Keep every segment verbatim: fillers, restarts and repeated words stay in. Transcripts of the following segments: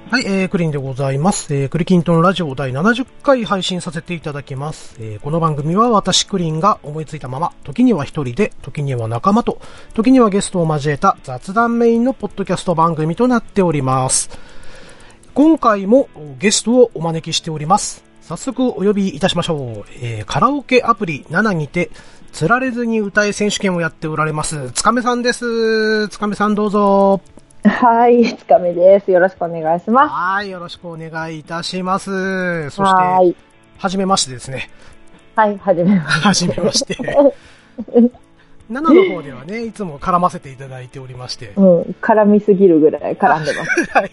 はい、えー、クリンでございます。えー、クリキントンラジオだいななじゅっかい配信させていただきます。えー、この番組は私クリンが思いついたまま、時には一人で、時には仲間と、時にはゲストを交えた雑談メインのポッドキャスト番組となっております。今回もゲストをお招きしております。早速お呼びいたしましょう。えー、カラオケアプリななにて、つられずに歌え選手権をやっておられます、つかめさんです。つかめさんどうぞ。 はい、つかめです。よろしくお願いします。 はい、よろしくお願いいたします。そして、はじめましてですね。 はい、はじめまして。 はじめまして。ななの方ではね、いつも絡ませていただいておりまして。 うん、絡みすぎるぐらい絡んでます。はい。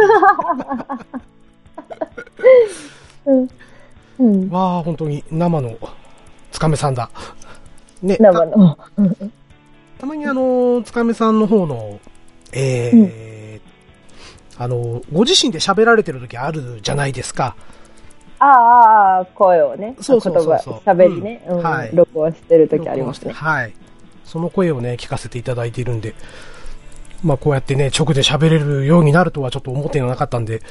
うんうん、 わあ、本当に生のつかめさんだ。 ね、生の。 た, たまにあの、つかめさんの方の、えー、うん、あの、ご自身で喋られてる時あるじゃないですか。 ああ、声をね。 そうそうそうそう。 喋りね、うんうん、はい。録音してる時ありますね。 はい。その声をね、聞かせていただいているんで、まあこうやってね、直で喋れるようになるとはちょっと思ってなかったんで。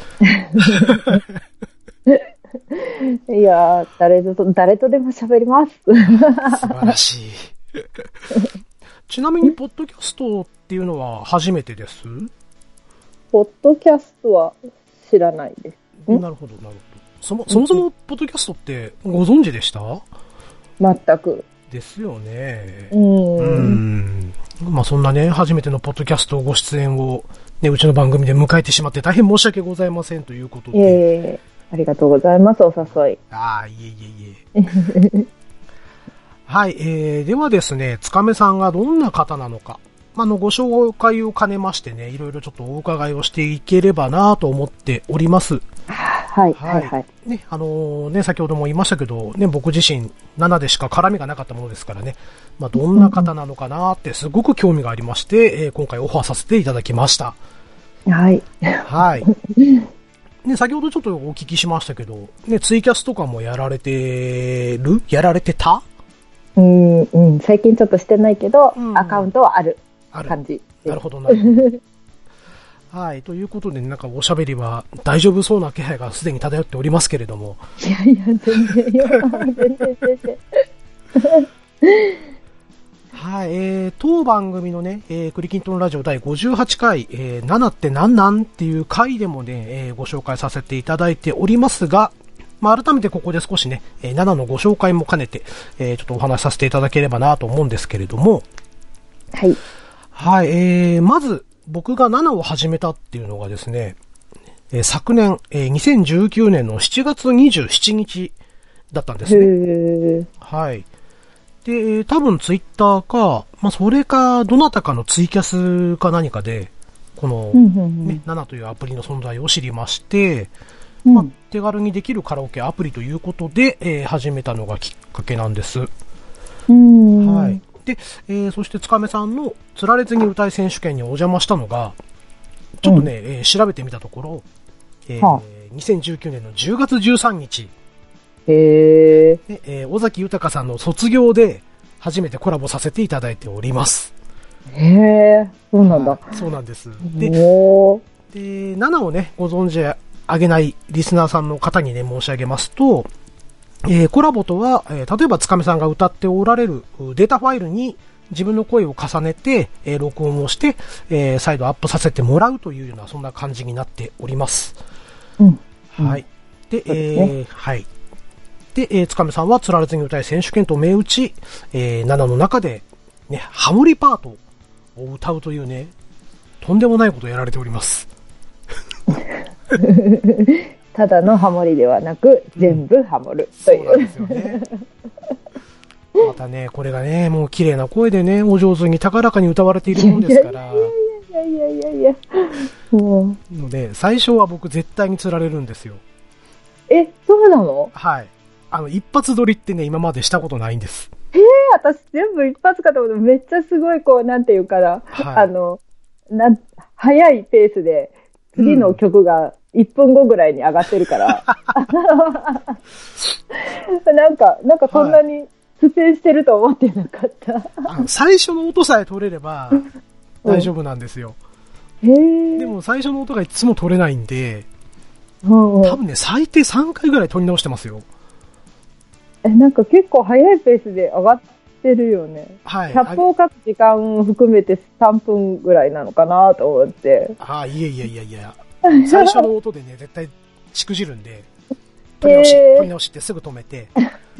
いやー、誰と、誰とでも喋ります。 素晴らしい。ちなみに、ポッドキャストっていうのは初めてです？ ポッドキャストは知らないです。 なるほど、なるほど。そも、そもそも、ポッドキャストってご存知でした？ 全く。 ですよね。 うん。うん。 まあそんなね、初めてのポッドキャストご出演を、ね、うちの番組で迎えてしまって大変申し訳ございませんということで。 えーありがとうございます、お誘い。 ああ、いえいえいえ。はい、えー、ではですね、つかめさんがどんな方なのか、あの、ご紹介を兼ねましてね、いろいろちょっとお伺いをしていければなと思っております。 はい、はい、はい。 ね、あのー、ね、先ほども言いましたけど、ね、僕自身、ななでしか絡みがなかったものですからね、まあ、どんな方なのかなってすごく興味がありまして、えー、今回オファーさせていただきました。 はい。 はい。ね、先ほどちょっとお聞きしましたけど、ね、ツイキャスとかもやられてる？やられてた？ うん、うん、最近ちょっとしてないけど、うん、アカウントはある感じ。 なるほど、なるほど。はい、ということで、なんかおしゃべりは大丈夫そうな気配がすでに漂っておりますけれども。 いやいや、全然よ、全然全然。 はい、えー、当番組のね、えー、クリキントンラジオだいごじゅうはちかい、えー、ななってなんなんっていう回でもね、えー、ご紹介させていただいておりますが、まあ、改めてここで少しね、えー、ななのご紹介も兼ねて、えー、ちょっとお話しさせていただければなと思うんですけれども、 はい。 はい、えー、まず、僕がななを始めたっていうのがですね、えー、昨年、えー、にせんじゅうきゅうねんのしちがつにじゅうしちにちだったんですね。 へー。 はい。で、多分ツイッターか、まあ、それか、どなたかのツイキャスか何かで、この、ね、ななというアプリの存在を知りまして、うん、まあ、手軽にできるカラオケアプリということで、えー、始めたのがきっかけなんです。 うん、 はい。で、えー、そしてつかめさんのつられずに歌い選手権にお邪魔したのが、ちょっとね、うん、えー、調べてみたところ、えーはあ、にせんじゅうきゅうねんのじゅうがつじゅうさんにち、 へー。 で、えー、尾崎豊さんの卒業で初めてコラボさせていただいております。 へー、そうなんだ。 そうなんです。で、で、ななをね、ご存知あげないリスナーさんの方にね、申し上げますと、えー、コラボとは、えー、例えばつかめさんが歌っておられるデータファイルに自分の声を重ねて、えー、録音をして、えー、再度アップさせてもらうというような、そんな感じになっております。 うん。 はい。で、えー、はい。で、えー、つかめさんはつられずに歌い選手権と銘打ち、えー、ななの中で、ね、ハモリパートを歌うというね、とんでもないことをやられております。 ただのハモリではなく、全部ハモるという。 そうなんですよね。またね、これがね、もう綺麗な声でね、お上手に高らかに歌われているものですから。 いやいやいやいやいや。もう。ので、最初は僕絶対に釣られるんですよ。 え、そうなの？ はい。あの、一発撮りってね、今までしたことないんです。 へえ、私全部一発かと思って、めっちゃすごい、こう、なんていうかな、はい、あの、なん、早いペースで、次の曲がいっぷんごぐらいに上がってるから、うん、なんか、なんかそんなに苦戦してると思ってなかった。 はい、あの最初の音さえ取れれば大丈夫なんですよ。 へー。 でも最初の音がいつも取れないんで、 うんうん、 多分ね、最低さんかいぐらい取り直してますよ。 え、なんか結構早いペースで上がってるよね。 はい。 キャップを書く時間含めてさんぷんぐらいなのかなと思って。 ああ、いやいやいやいや。最初の音でね、絶対しくじるんで、取り直し、 えー、 取り直しってすぐ止めて。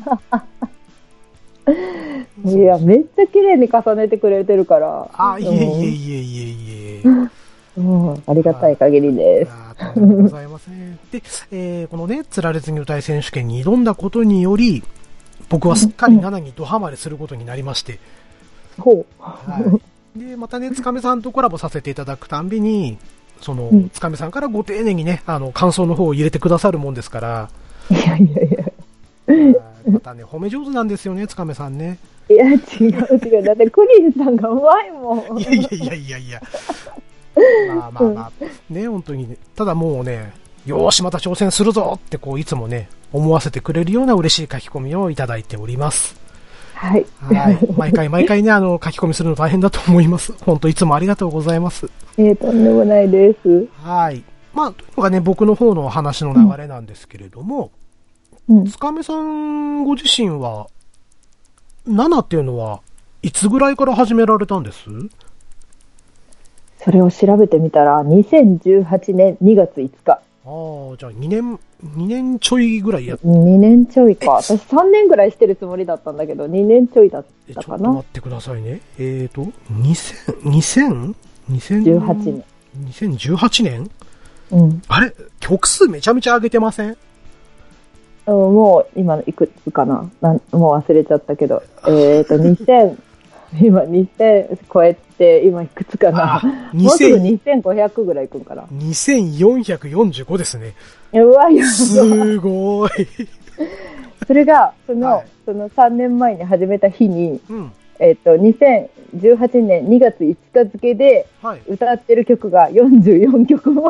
いや、めっちゃ綺麗に重ねてくれてるから。 ああ、いえいえいえいえいえ。 うん、ありがたい限りです。 ありがとうございますね。で、えー、このね、つられずに歌い選手権に挑んだことにより、僕はすっかりななにドハマりすることになりまして。 ほう。 はい。で、またね、つかめさんとコラボさせていただくたんびに、その、つかめさんからご丁寧にね、あの、感想の方を入れてくださるもんですから。 いやいやいや。 またね、褒め上手なんですよね、つかめさんね。 いや、違う違う。だってクリンさんがうまいもん。 いやいやいやいやいや。まあまあまあ、ね、本当にね。ただもうね、よーし、また挑戦するぞってこう、いつもね、思わせてくれるような嬉しい書き込みをいただいております。 はい。 はい。毎回毎回ね、あの、書き込みするの大変だと思います。本当いつもありがとうございます。 えー、とんでもないです。 はい。まあ、というのがね、僕の方の話の流れなんですけれども、うん、つかめさんご自身は、ななっていうのは、いつぐらいから始められたんです？ それを調べてみたら、にせんじゅうはちねんにがついつか。 ああ、じゃあにねん、にねんちょいぐらいやっにねんちょいか。私さんねんぐらいしてるつもりだったんだけど、にねんちょいだったかな。 ちょっと待ってくださいね。えーと、にせん、にせん、にせんじゅうはちねん。 にせんじゅうはちねん？ うん。 あれ曲数めちゃめちゃ上げてません？ もう今いくつかななんもう忘れちゃったけど。えーと、にせん、今にせん超えて、今いくつかな。もうすぐにせんごひゃくぐらいいくんかな。 にせんよんひゃくよんじゅうごですね。 うわ、やばい。 すごい。 それが、その、はい、そのさんねんまえに始めた日に、 うん、 えっと、にせんじゅうはちねんにがついつか付で、歌ってる曲がよんじゅうよんきょくもあった。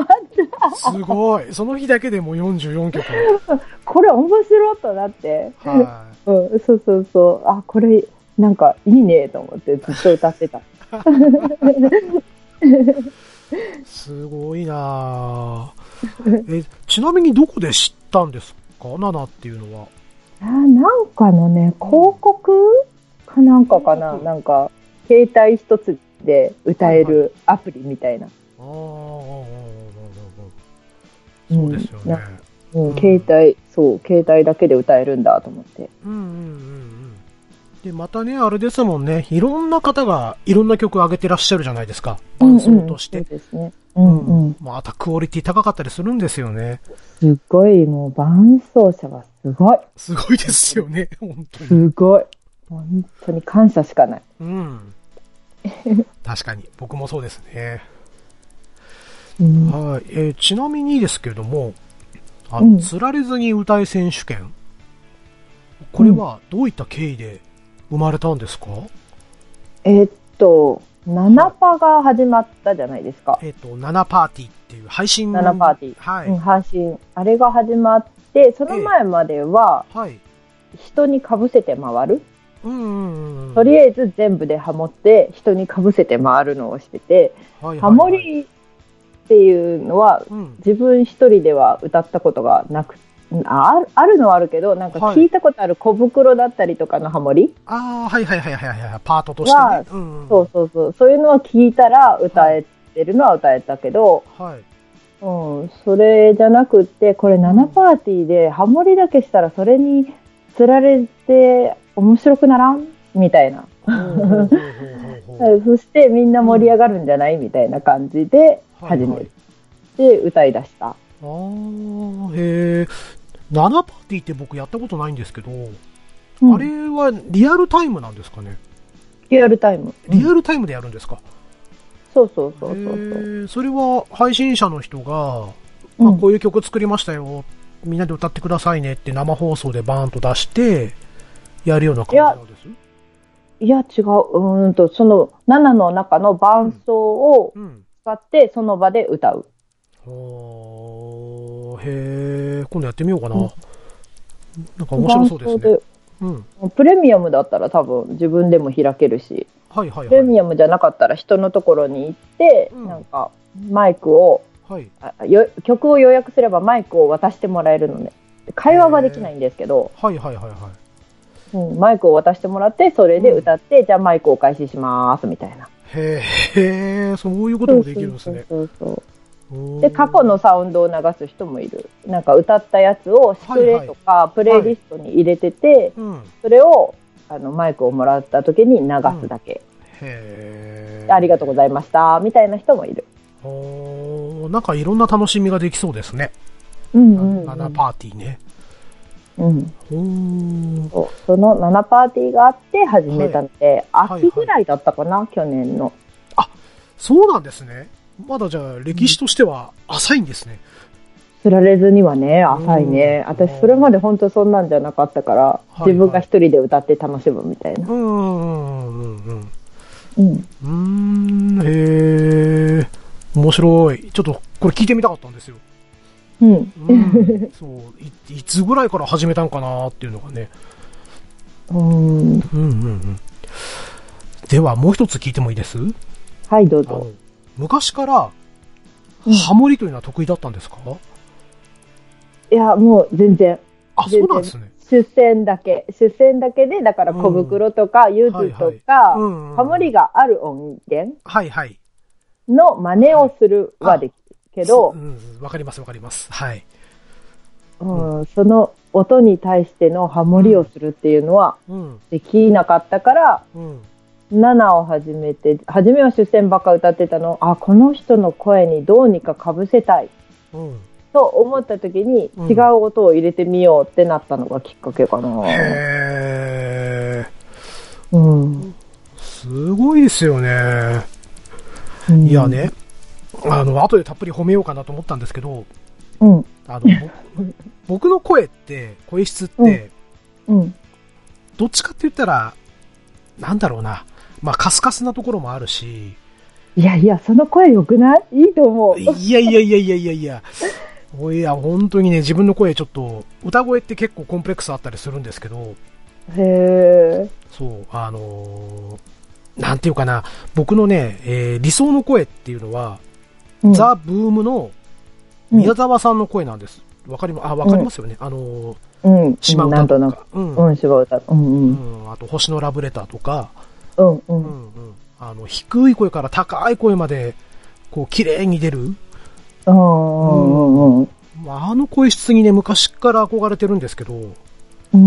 すごい。その日だけでもよんじゅうよんきょく。 これ面白いとなって。 はい。 うん、そうそうそう。あ、これ、なんかいいねと思ってずっと歌ってた。 すごいなえ。ちなみにどこで知ったんですか？ナナっていうのは。 あ、なんかのね、広告かなんかかな、なんか、携帯一つで歌えるアプリみたいな。 ああ、そうですよね。 うん、携帯、そう、携帯だけで歌えるんだと思って。 うんうんうんうん。で、またね、あれですもんね、いろんな方がいろんな曲を上げてらっしゃるじゃないですか。伴奏として。 うんうん、そうですね。うんうん。 またクオリティ高かったりするんですよね。 すごい、もう伴奏者はすごい。 すごいですよね、本当に。 すごい。本当に感謝しかない。 うん。確かに、僕もそうですね。 うん、 はい、えー。ちなみにですけれども、あの、つられずに歌い選手権。これはどういった経緯で生まれたんですか？ えー、っと、ナナパが始まったじゃないですか。 えー、っと、ナナパーティーっていう配信。 ナナパーティー。 はい。 うん、配信。あれが始まって、その前までは、 えー、はい。 人に被せて回る。 うんうんうん、 とりあえず全部でハモって人に被せて回るのをしてて、はいはいはい、ハモリっていうのは、うん、自分一人では歌ったことがなくああるのはあるけど、なんか聞いたことある小袋だったりとかのハモリ、 ああ、はいはいはいはいはい、パートとしてね、 うんうん、そうそうそう、そういうのは聞いたら歌えてるのは歌えたけど、 はい、 うん、それじゃなくってこれななパーティーでハモリだけしたらそれにつられて面白くならんみたいなそしてみんな盛り上がるんじゃない、うん、みたいな感じで始めて、はいはい、歌い出した。あー、へー。ナナパーティーって僕やったことないんですけど、うん、あれはリアルタイムなんですかね？ リアルタイム。 リアルタイムでやるんですか？ そうそうそうそうそう。 それは配信者の人が、まあ、こういう曲作りましたよ、うん、みんなで歌ってくださいねって生放送でバーンと出してやるような感じなんです？ いや違う、うーんとそのななの中の伴奏を使ってその場で歌う。 うんうん、へー、今度やってみようかな。うん、なんか面白そうですね。うん、 プレミアムだったら多分自分でも開けるし、 はいはいはい、 プレミアムじゃなかったら人のところに行って、うん、なんかマイクを、 はい。 あよ曲を予約すればマイクを渡してもらえるのね。会話はできないんですけど、 はいはいはいはい。 うん、マイクを渡してもらって、それで歌って、うん、じゃあマイクをお返ししますみたいな。 へえ、そういうこともできるんですね。 そうそうそうそう。で、過去のサウンドを流す人もいる。なんか歌ったやつをシクレとかプレイリストに入れてて、はいはいうん、それをあのマイクをもらった時に流すだけ。うん、へー。ありがとうございましたみたいな人もいる。 おなんかいろんな楽しみができそうですね。 うんうん、うん。 ななパーティーね。 うん。そ, そのななパーティーがあって始めたので、はい、秋ぐらいだったかな、はいはい、去年の。 あ、そうなんですね。まだじゃあ歴史としては浅いんですね。 つられずにはね、浅いね。私それまで本当そんなんじゃなかったから、はいはい、自分が一人で歌って楽しむみたいな。うんうんうんうん。うん。 うん、へえ。面白い。ちょっとこれ聞いてみたかったんですよ。 うん。うん、 そうい。いつぐらいから始めたんかなっていうのがね。 うん。うんうんうん。ではもう一つ聞いてもいいです？ はい、どうぞ。 昔からハモリというのは得意だったんですか？うん、 いや、もう全然。 あ、そうなんですね。 出演だけ。出演だけで、だから小袋とか、ゆずとか、ハモリがある音源はいはい。 の真似をするはできるけど、 わ、うん、かりますわかります。はい、 うん。その音に対してのハモリをするっていうのはできなかったから、うんうん、ナナを始めて、初めは出演ばっか歌ってたの、あ、この人の声にどうにか被せたい。うんと思った時に違う音を入れてみようってなったのがきっかけかな。うん、 へー。うん。すごいですよね。うん、いやね、あの、後でたっぷり褒めようかなと思ったんですけど、うん。あの、僕の声って、声質って、うん。うん、どっちかって言ったら、なんだろうな、まあ、カスカスなところもあるし。 いやいや、その声良くない？いいと思う。 いやいやいやいやいやいや。いや、本当にね、自分の声ちょっと、歌声って結構コンプレックスあったりするんですけど、 へー。 そう、あのー、なんていうかな、僕のね、えー、理想の声っていうのは、うん、ザ・ブームの宮沢さんの声なんです。わかりま、あ、わかりますよね。うん、あのー、うん、島歌とか、 うん、うん、島歌、うん、 うん、あと星のラブレターとか、 うん、うん、 うん、うん、あの、低い声から高い声まで、こう、綺麗に出る。 うん、 あの声質にね、昔から憧れてるんですけど、 うん、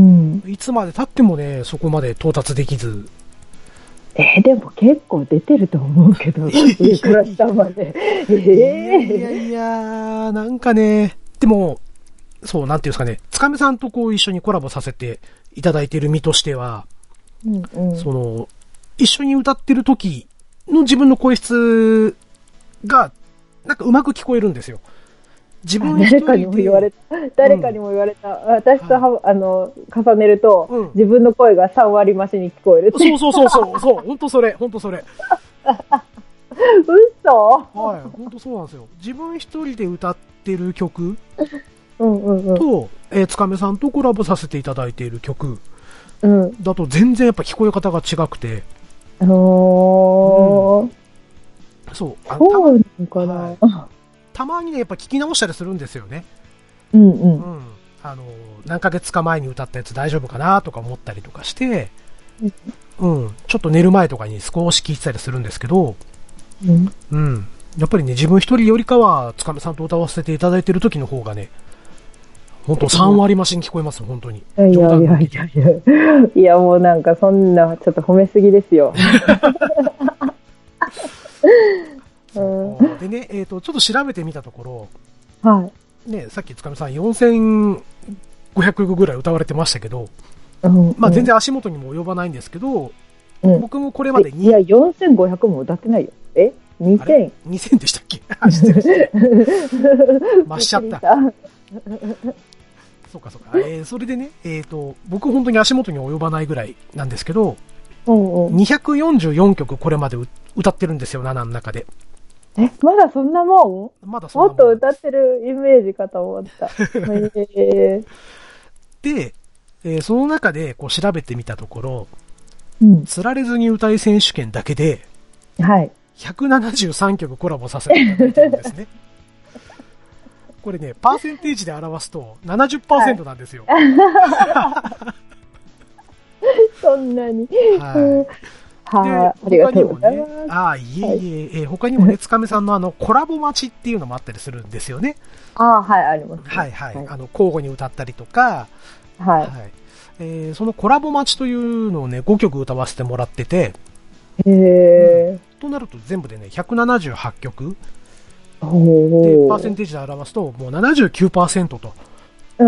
いつまで経ってもね、そこまで到達できず。 えー、でも結構出てると思うけど、上から下まで。えー、 いやいやいや、なんかね、でも、そう、なんていうんですかね、つかめさんとこう一緒にコラボさせていただいている身としては、うんうん、その、一緒に歌ってる時の自分の声質が、なんかうまく聞こえるんですよ。自分一人で。誰かにも言われた。 誰かにも言われた。うん、私とは、あの、重ねると、うん、自分の声がさん割増しに聞こえるって。 そうそうそうそう、そう、ほんとそれ、ほんとそれ。 嘘？ はい、ほんとそうなんですよ。自分一人で歌ってる曲うんうんうん、 と、えー、つかめさんとコラボさせていただいている曲だと全然やっぱ聞こえ方が違くて。 あのー、 うん、そう。 あ、そうなのかな、はい、 たまにね、やっぱ聞き直したりするんですよね。 うんうん。うん、 あの、何ヶ月か前に歌ったやつ大丈夫かなとか思ったりとかして、うん、うん、ちょっと寝る前とかに少し聞いてたりするんですけど、うん。うん。やっぱりね、自分一人よりかは、つかめさんと歌わせていただいている時の方がね、本当さん割増しに聞こえます、本当に。 いやいやいやいや。いや、もうなんかそんな、ちょっと褒めすぎですよ。 そうでね、えっと、ちょっと調べてみたところ、はい。 ね、さっきつかめさんよんせんごひゃくぐらい歌われてましたけど、うんうん、まあ全然足元にも及ばないんですけど、うん、僕もこれまでに。 いや、よんせんごひゃくも歌ってないよ。え ?にせん? にせんでしたっけ？失礼して。増しちゃった。そうかそうか。えー、それでね、えっと、僕本当に足元に及ばないぐらいなんですけど、うんうん、にひゃくよんじゅうよんきょくこれまで歌ってるんですよ、ななの中で。 え、まだそんなもん？ まだそんなもん。 もっと歌ってるイメージかと思った。えー、 で、えー、その中でこう調べてみたところ、うん、つられずに歌い選手権だけで、 はい。 ひゃくななじゅうさんきょくコラボさせていただいてるんですね。これね、パーセンテージで表すと ななじゅっパーセント なんですよ。 はい、そんなに。はい。はい、ありがとうございます。 ああ、いえいえ、はい、えー、他にもね、つかめさんのあの、コラボ待ちっていうのもあったりするんですよね。 ああ、はい、あります、ね。 はいはい。はい、あの、交互に歌ったりとか、 はい。はい、 えー、そのコラボ待ちというのをね、ごきょく歌わせてもらってて、 へー、 うん、となると全部でね、ひゃくななじゅうはちきょく。 で、パーセンテージで表すと、もう ななじゅうきゅうパーセント と。うん、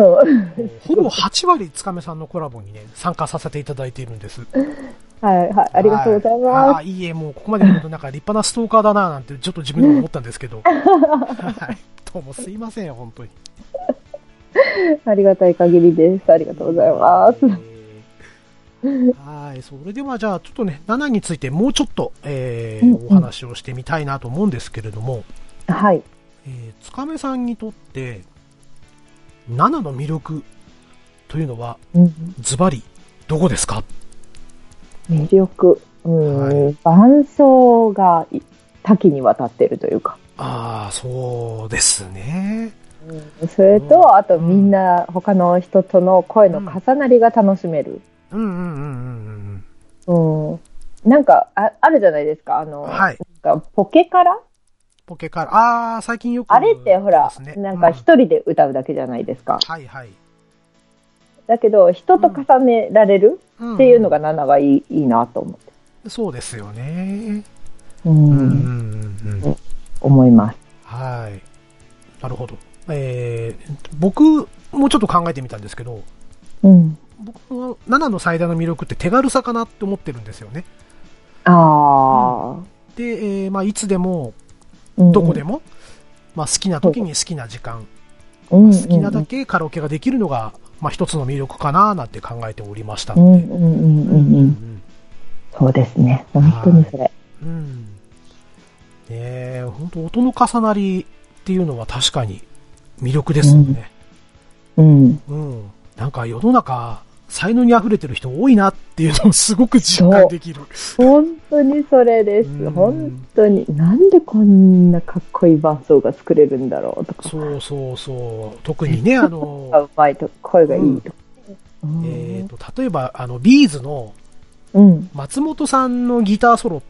ほぼはちわりつかめさんのコラボにね、参加させていただいているんです。 はい、はい、ありがとうございます。 はい、あ、いいえ、もうここまで見るとなんか立派なストーカーだなぁなんてちょっと自分でも思ったんですけど。はい。どうもすいません、本当に。 ありがたい限りです。ありがとうございます。 えー、はい。それではじゃあちょっとね、ななについてもうちょっと、えーうんうん、お話をしてみたいなと思うんですけれども。 はい。 えー、つかめさんにとって、ななの魅力というのは、ズバリどこですか？ 魅力、うん、はい、伴奏が多岐にわたっているというか。 ああ、そうですね。 うん、それと、うん、あとみんな、他の人との声の重なりが楽しめる。 うんうんうんうんうん。うん。なんかあ、あるじゃないですか。あの、はい、なんかポケカラポケカラ。ああ、最近よく、 ね。あれってほら、なんか一人で歌うだけじゃないですか。 うん、はいはい。 だけど、人と重ねられるっていうのがなながいい、うんうん、いいなと思って。 そうですよね。 うん。うんうんうん、思います。 はい。なるほど。えー、僕もちょっと考えてみたんですけど、 うん、 僕のななの最大の魅力って手軽さかなって思ってるんですよね。 ああ、うん。 で、えー、まあ、いつでも、どこでも、うん、まあ、好きな時に好きな時間、うんうん、好きなだけカラオケができるのが、まあ、一つの魅力かななんて考えておりましたので。 うんうんうんうんうん、そうですね。本当にそれ。 うん。ねえ、本当音の重なりっていうのは確かに魅力ですよね。 うん。 うん。うん、なんか世の中、才能に溢れてる人多いなっていうのをすごく実感できる。 本当にそれです。本当に。なんでこんなかっこいい伴奏が作れるんだろうとか。 そうそうそう。特にね、あの、 うまいと、声がいいとか。 うん、えっと、例えば、あの、ビーズの、松本さんのギターソロって、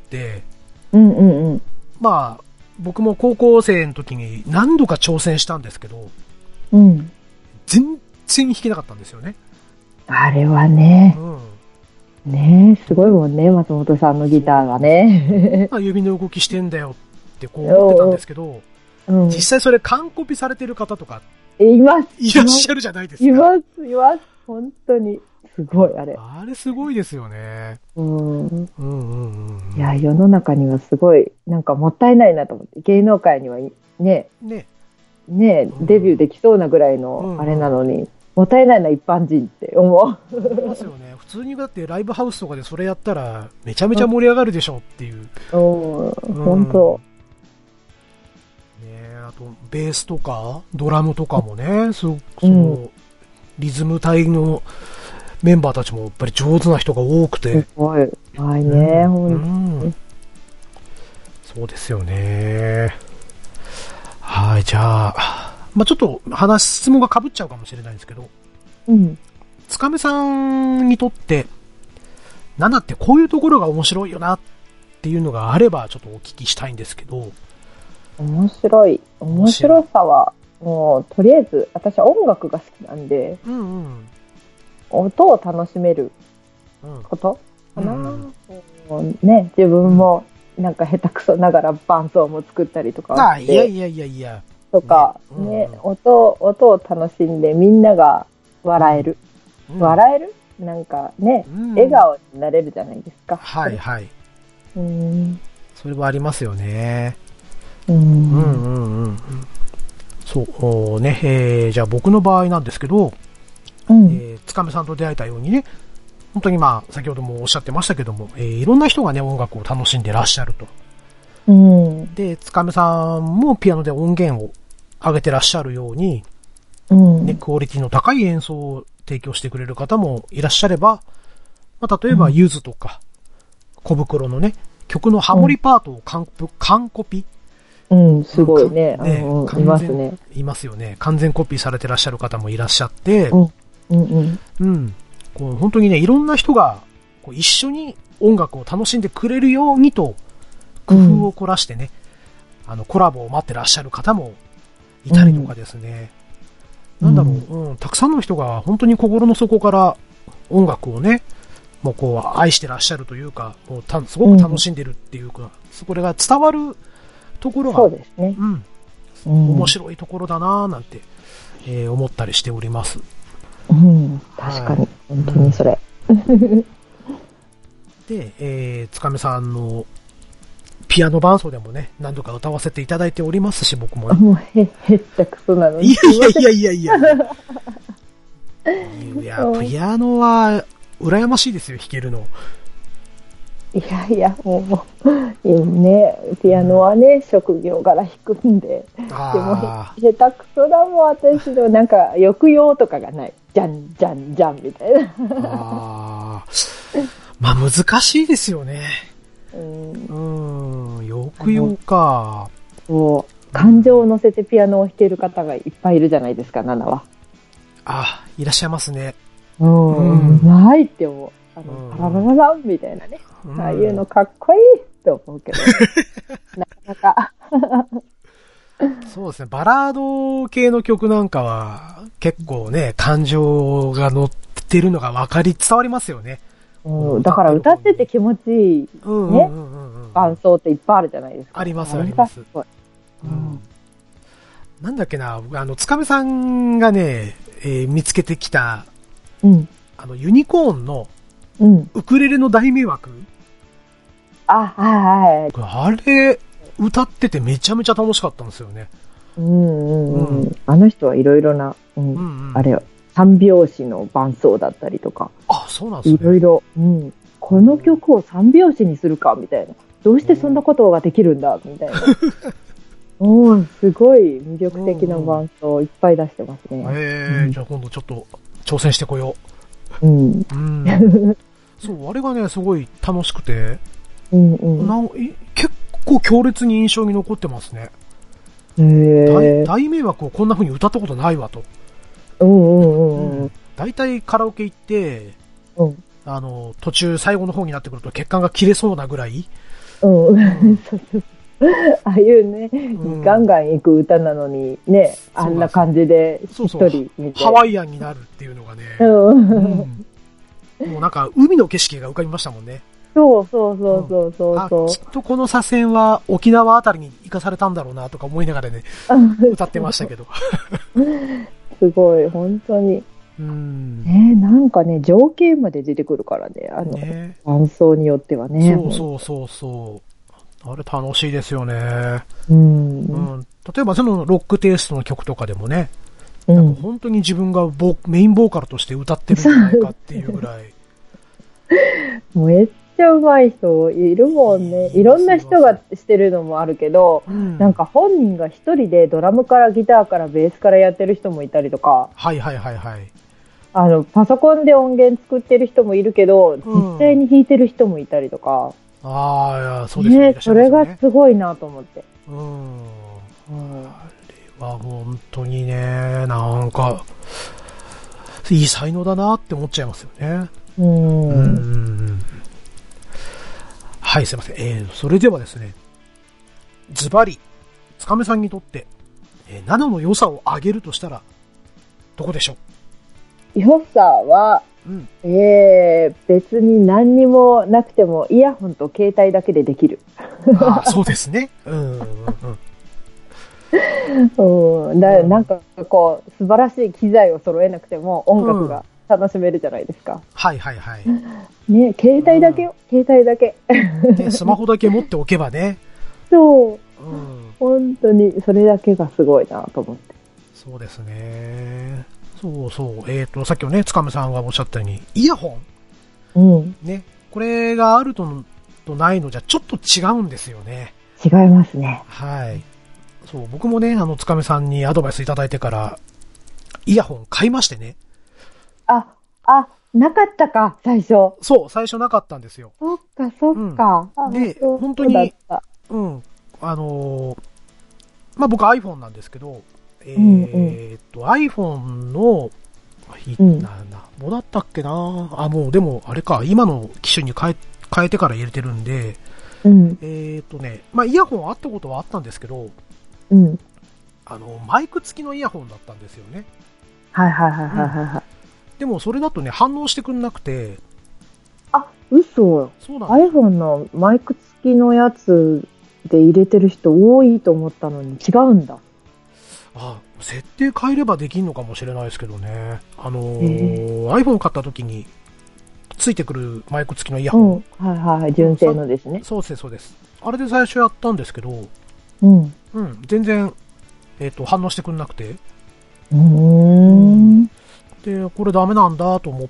うんうんうん、 まあ、僕も高校生の時に何度か挑戦したんですけど、 うん、 全然弾けなかったんですよね。 あれはね、 うん、 ねえ、すごいもんね、松本さんのギターがね。 指の動きしてんだよってこう思ってたんですけど、うん、実際それ完コピされてる方とか、 います。 いらっしゃるじゃないですか。 います、います。本当に。すごい、あれ。 あれすごいですよね。 うん。 うんうんうん。 いや、世の中にはすごい、なんかもったいないなと思って。芸能界にはね、 ね、 ね、デビューできそうなぐらいのあれなのに、うんうん、もったいないな一般人って思う。 思いますよね。普通にだってライブハウスとかでそれやったらめちゃめちゃ盛り上がるでしょっていう。 うん、本当。 ね、あとベースとかドラムとかもね、そその、うん、リズム隊のメンバーたちもやっぱり上手な人が多くて。 すごい。はいね、うん、 うん。そうですよね。はい、じゃあ、まあちょっと話、質問が被っちゃうかもしれないんですけど、 うん。 つかめさんにとって、ななってこういうところが面白いよなっていうのがあればちょっとお聞きしたいんですけど。 面白い。面白さは、もう、とりあえず、私は音楽が好きなんで、 うんうん、 音を楽しめることかな、うんうん、ね、自分もなんか下手くそながら伴奏も作ったりとかあ、いやいやいやいやとか、ね、ね、うん、音音を楽しんでみんなが笑える、うん、笑えるなんかね、うん、笑顔になれるじゃないですか。 はいはい。 うん、 それはありますよね。 うん、 うんうんうん。そうね、えー、じゃあ僕の場合なんですけど、うん、えー、つかめさんと出会えたようにね、本当にまあ先ほどもおっしゃってましたけども、えー、いろんな人がね音楽を楽しんでらっしゃると。 うん、 で、つかめさんもピアノで音源を上げてらっしゃるように、 うんね、クオリティの高い演奏を提供してくれる方もいらっしゃれば、まあ、例えばユズとか小袋のね曲のハモリパートを完完コピうん、すごいね。 ね、 うんうん、いますね。 いますよね。完全コピーされてらっしゃる方もいらっしゃって、 うん、うん、うん。 うん。こう本当にね、いろんな人がこう一緒に音楽を楽しんでくれるようにと、工夫を凝らしてね、うん、あの、コラボを待ってらっしゃる方もいたりとかですね。うん、なんだろう、うん、たくさんの人が本当に心の底から音楽をね、もうこう、愛してらっしゃるというか、もうたすごく楽しんでるっていうか、うん、それが伝わるところが、 そうですね。 うん。うん、面白いところだなぁなんて、えー、思ったりしております。 うん、確かに、はい、本当にそれ。うん、 で、えー、つかめさんのピアノ伴奏でもね、何度か歌わせていただいておりますし、僕も。 もうへ、へったくそなのに。 いやいやいやいやいや。いや、ピアノは、羨ましいですよ、弾けるの。 いやいや、もう、ね、ピアノはね、うん、職業柄弾くんで。でも、下手くそだもん、私の、なんか、抑揚とかがない。じゃん、じゃん、じゃん、みたいな。 あまあ、難しいですよね。 うん。 うん、抑揚か。 そう、感情を乗せてピアノを弾ける方がいっぱいいるじゃないですか、ナナは。 あ、いらっしゃいますね。 うん、うまいって思う。あの、パラララランみたいなね。うん、ああいうのかっこいいって思うけど、なかなか。 そうですね。バラード系の曲なんかは、結構ね、感情が乗ってるのが分かり、伝わりますよね。 うん、だから歌ってて気持ちいい、ね。伴奏っていっぱいあるじゃないですか。 あります、あります。うん、なんだっけな、あの、つかめさんがね、えー、見つけてきた、 うん、 あの、ユニコーンの、 うん、 ウクレレの大迷惑。 あ、はいはい。 あれ、歌っててめちゃめちゃ楽しかったんですよね。 うんうんうん。うん、あの人はいろいろな、うん、うんうん、あれ、三拍子の伴奏だったりとか。 あ、そうなんですね。 いろいろ、うん。この曲を三拍子にするか、みたいな。どうしてそんなことができるんだ、みたいな。おー、すごい魅力的な伴奏をいっぱい出してますね。 へえ、うん、じゃあ今度ちょっと挑戦してこよう。うん。 うん、そう、あれがね、すごい楽しくて、 うんうん、 な結構強烈に印象に残ってますね。 へー。 大、大迷惑をこんな風に歌ったことないわと。 うんうんうん。 だいたいカラオケ行って、 うん、 あの、途中最後の方になってくると血管が切れそうなぐらい。 うん。うん、ああいうね、うん、ガンガン行く歌なのにね、あんな感じで一人見てハワイアンになるっていうのがね、うんうん、もうなんか海の景色が浮かびましたもんね。 そうそうそうそうそうそう、 うん、きっとこの左遷は沖縄あたりに行かされたんだろうなとか思いながらね、歌ってましたけど。 すごい、本当に。 うん、 ね、なんかね、情景まで出てくるからね、あの、ね、伴奏によってはね。 そうそうそうそう。あれ楽しいですよね。 うん。 うん、例えばそのロックテイストの曲とかでもね、うん、なんか本当に自分がボメインボーカルとして歌ってるんじゃないかっていうぐらい。 めっちゃ上手い人いるもんね。いろんな人がしてるのもあるけど、うん、なんか本人が一人でドラムからギターからベースからやってる人もいたりとか。 はいはいはいはい。 あの、パソコンで音源作ってる人もいるけど、うん、実際に弾いてる人もいたりとか。 ああ、いや、そうですね。 ね、それがすごいなと思って。 うん。うん、あれは本当にね、なんか、いい才能だなって思っちゃいますよね。 うん。うん、 はい、すいません。えー、それではですね、ズバリ、つかめさんにとって、えー、ナナの良さを上げるとしたら、どこでしょう？良さは、うん、えー、別に何にもなくてもイヤホンと携帯だけでできる。 あ、そうですね。うんうんうんうん、だなんかこう素晴らしい機材を揃えなくても音楽が楽しめるじゃないですか。うん、 はいはいはい。 ね、携帯だけよ、うん、携帯だけ。 で、スマホだけ持っておけばね。 そう、うん、本当にそれだけがすごいなと思って。 そうですね。そうそう。えっと、さっきもね、つかめさんがおっしゃったように、イヤホン。うん。 ね。これがあると、とないのじゃちょっと違うんですよね。 違いますね。 はい。そう、僕もね、あの、つかめさんにアドバイスいただいてから、イヤホン買いましてね。 あ、あ、 なかったか、最初。 そう、最初なかったんですよ。 そっか、そっか。 うん、で、本当に、うん、あのー、まあ、僕 iPhone なんですけど、えー、っと、うんうん、iPhone の、うん、な、な、どうだったっけなあ、もうでも、あれか、今の機種に変え、変えてから入れてるんで、うん、えー、っとね、まあ、イヤホンあったことはあったんですけど、うん、あの、マイク付きのイヤホンだったんですよね。 はいはいはいはいはい、うん。 でもそれだとね、反応してくんなくて。 あ、嘘。そうなんです。iPhone のマイク付きのやつで入れてる人多いと思ったのに違うんだ。 あ、設定変えればできんのかもしれないですけどね。あのー、iPhone 買った時についてくるマイク付きのイヤホン。 うん、はいはいはい、純正のですね。 そうです、そうです。あれで最初やったんですけど、うん。うん、全然、えっと、反応してくんなくて。うーん。で、これダメなんだと思って、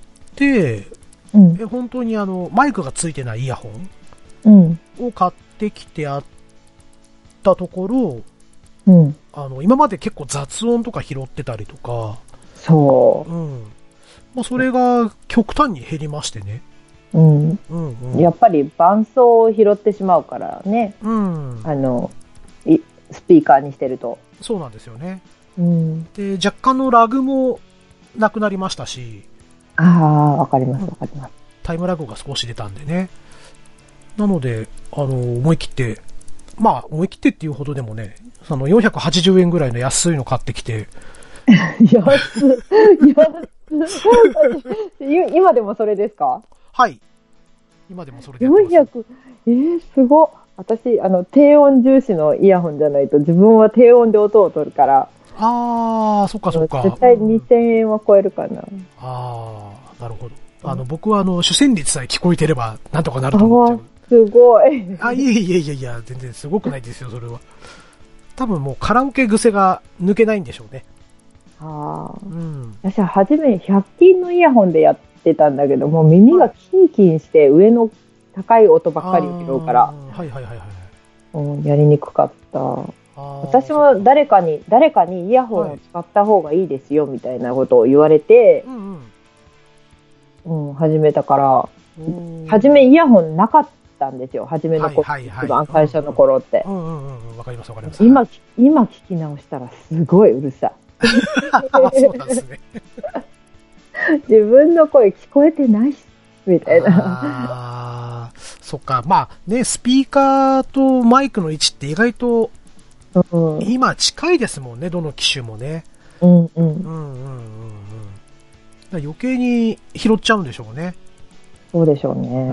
うん、え本当にあの、マイクが付いてないイヤホンを買ってきてあったところ、うん、あの、今まで結構雑音とか拾ってたりとか、 そう。 うん。まあ、それが極端に減りましてね。 うん。うんうん、やっぱり伴奏を拾ってしまうからね。うん。あの、スピーカーにしてると。 そうなんですよね。うん。で、若干のラグもなくなりましたし。 ああ、わかります、わかります。 タイムラグが少し出たんでね。なので、あの、思い切って、まあ、思い切ってっていうほどでもね、そのよんひゃくはちじゅうえんぐらいの安いの買ってきて。 安っ、安っ。今でもそれですか？ はい。今でもそれでやってます。 よんひゃく、えー、すごっ。私、あの、低音重視のイヤホンじゃないと自分は低音で音を取るから。 ああ、そっかそっか。 絶対にせんえんは超えるかな。 ああ、なるほど。あの、僕はあの、主旋律さえ聞こえてれば、なんとかなると思っちゃう。 すごい。 あ、いえいえいえいや、全然すごくないですよ、それは。多分もうカラオケ癖が抜けないんでしょうね。 ああ。うん。私は初めひゃく均のイヤホンでやってたんだけど、もう耳がキンキンして上の高い音ばっかり拾うから。 はいはいはいはい。 うん、やりにくかった。私も誰かに、誰かにイヤホンを使った方がいいですよみたいなことを言われて、はい、うんうんうん、始めたから、初めイヤホンなかったんですよ。初めの頃、はいはいはい、一番最初の頃って。うんうんうん、わかりますわかります。今、今聞き直したらすごいうるさい。 そうなんですね。 自分の声聞こえてないみたいな。 ああ、そっか。まあね、スピーカーとマイクの位置って意外と、うん、今近いですもんね、どの機種もね。うんうん。うんうんうんうん。余計に拾っちゃうんでしょうね。 そうでしょうね。うん。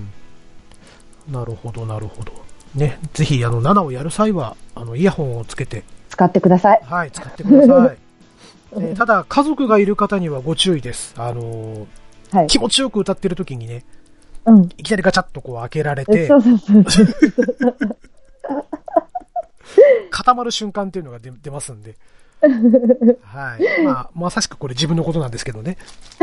なるほど、なるほど。ね、ぜひ、あの、ななをやる際は、あの、イヤホンをつけて。 使ってください。 はい、使ってください。えー、ただ、家族がいる方にはご注意です。あのーはい、気持ちよく歌ってる時にね、うん、いきなりガチャッとこう開けられて、そうそうそう固まる瞬間っていうのが 出, 出ますんで。はい。まあ、まさしくこれ自分のことなんですけどね。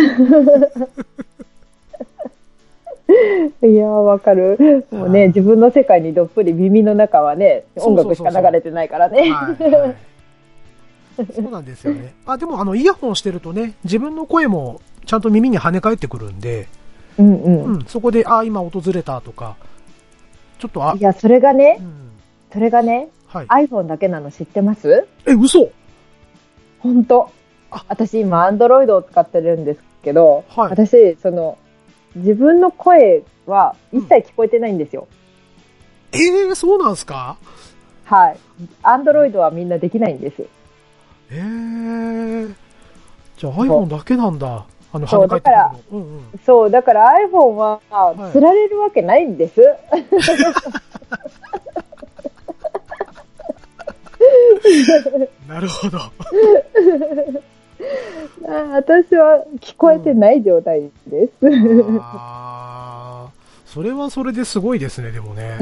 いやー、わかる。もうね、自分の世界にどっぷり耳の中はね、音楽しか流れてないからね。はいはい、 そうなんですよね。あ、でもあの、イヤホンしてるとね、自分の声もちゃんと耳に跳ね返ってくるんで、うんうん。うん、そこで、あ、今訪れたとか、ちょっとあ、 いや、それがね、うん、それがね、はい、iPhone だけなの知ってます？ え、嘘？ ほんと。私今、Android を使ってるんですけど、はい、私、その、自分の声は一切聞こえてないんですよ。 うん、えー、そうなんすか？ はい。Android はみんなできないんです。 えー。じゃあ iPhone だけなんだ。あの、 そう、だから、うんうん、そう、だから iPhone は、釣られるわけないんです。はい、 なるほど。 私は聞こえてない状態です。うん、 ああ、それはそれですごいですね、でもね。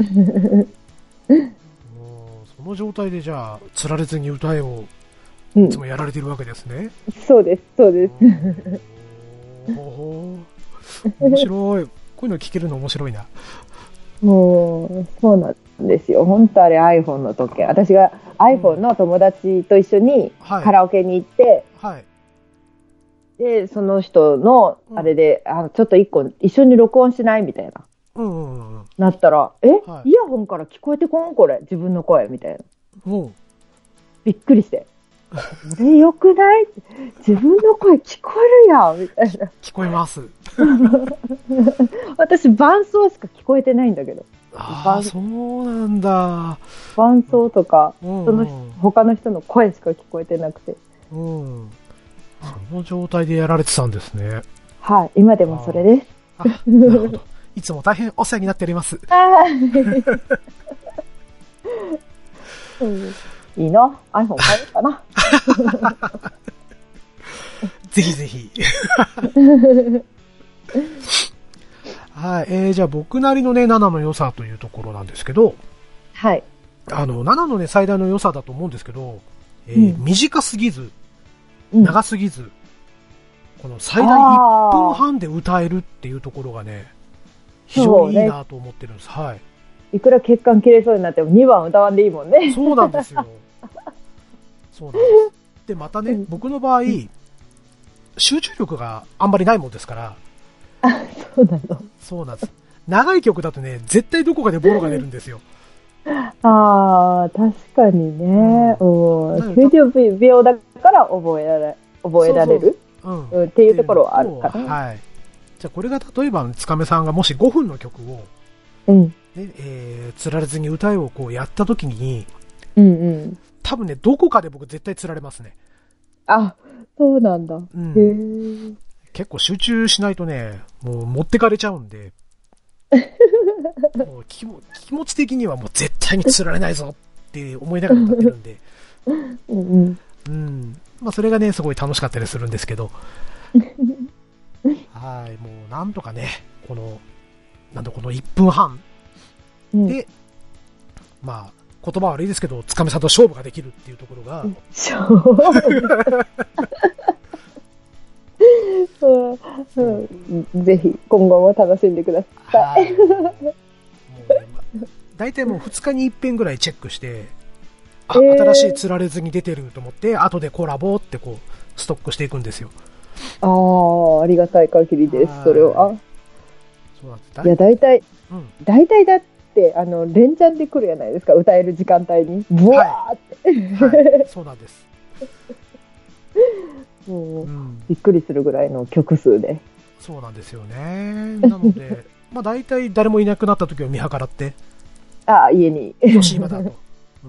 その状態でじゃあ、釣られずに歌えをいつもやられてるわけですね。 うん、そうです、そうです。 お面白い。こういうの聞けるの面白いな。 もう、そうなんですよ。本当あれ iPhone の時計。私が iPhone の友達と一緒にカラオケに行って、うん、はい。 で、その人の、あれで、うん、あちょっと一個、一緒に録音しないみたいな。 うんうんうん、 なったら、え、 はい、 イヤホンから聞こえてこんこれ、自分の声、みたいな。 うん、 びっくりして。これ良くない自分の声聞こえるやんみたいな。 聞こえます。 私、伴奏しか聞こえてないんだけど。 ああ、そうなんだ。 伴奏とか、 うんうん、 その他の人の声しか聞こえてなくて。 うん。その状態でやられてたんですね。 はい、今でもそれです。 あ、なるほど。いつも大変お世話になっております。 あうん、いいな。iPhone 買おうかな。 ぜひぜひ。はい。えー、じゃあ僕なりのね、ななの良さというところなんですけど、 はい。 あの、ななのね、最大の良さだと思うんですけど、えーうん、短すぎず、長すぎず、うん、この最大いっぷんはんで歌えるっていうところがね、非常にいいなと思ってるんです。ね、はい。 いくら血管切れそうになってもにばん歌わんでいいもんね。 そうなんですよ。そうなんです。で、またね、うん、僕の場合、うん、集中力があんまりないもんですから。 あ、そうなの。 そうなんです。長い曲だとね、絶対どこかでボロが出るんですよ。 ああ、確かにね。うん。きゅうじゅうびょうだから覚えられ、覚えられるそうそう、うん、っていうところはあるかな。 はい。じゃあこれが例えば、つかめさんがもしごふんの曲を、 うん。 ね、えー、つられずに歌いをこうやった時に、 うんうん。 多分ね、どこかで僕絶対つられますね。 あ、そうなんだ。うん、へー。 結構集中しないとね、もう持ってかれちゃうんで、もう気も気持ち的にはもう絶対につられないぞって思いながら歌ってるんで、 うんうん、 うん、まあそれがねすごい楽しかったりするんですけど、はい、もうなんとかねこのなんだこのいっぷんはんで、うん、まあ言葉悪いですけどつかめさんと勝負ができるっていうところが、 勝負うんうん、ぜひ今後も楽しんでください。 だいたいもうふつかにいっぺんぐらいチェックしてあ、えー、新しいつられずに出てると思って後でコラボってこうストックしていくんですよ。 ああ、ありがたい限りです。それは。 そうなんです。 いや、だいたい、うん、だいたいだってあの連チャンで来るじゃないですか、歌える時間帯にブワーって、 はいはい、そうなんです。 もう、うん、びっくりするぐらいの曲数で。 そうなんですよね。なのでまあ大体誰もいなくなった時を見計らってああ家によし今だと、うん、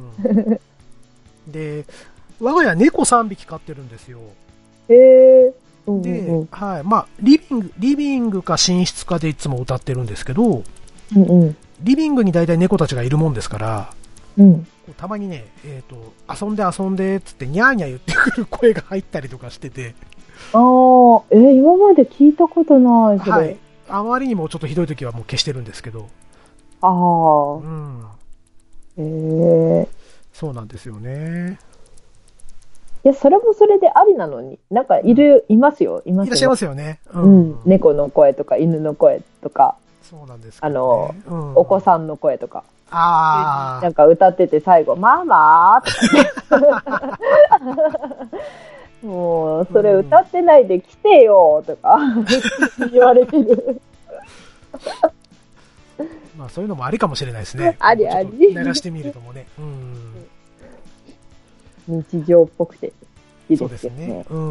で我が家猫さんびき飼ってるんですよ。 へえ。 で、うんうん、はいまあリビングリビングか寝室かでいつも歌ってるんですけど、 うんうん、リビングに大体猫たちがいるもんですから、 うん、 たまにね、えーと、遊んで遊んでっつってニャーニャー言ってくる声が入ったりとかしてて、 ああ、えー、今まで聞いたことないけど、はい、 あまりにもちょっとひどい時はもう消してるんですけど、 ああ、 うん、 えー、 そうなんですよね。 いや、それもそれでありなのに、なんかいる、いますよ、いますよ。 いらっしゃいますよね。 うん。うん、猫の声とか犬の声とか、 そうなんです、ね、 あの、うん、お子さんの声とか。 ああ。 なんか歌ってて最後、ママーとか。もう、それ歌ってないで来てよとか言われてる。 まあそういうのもありかもしれないですね。 ありあり。 流してみるともね。 うん、日常っぽくていいですよね。そうですね。 うん。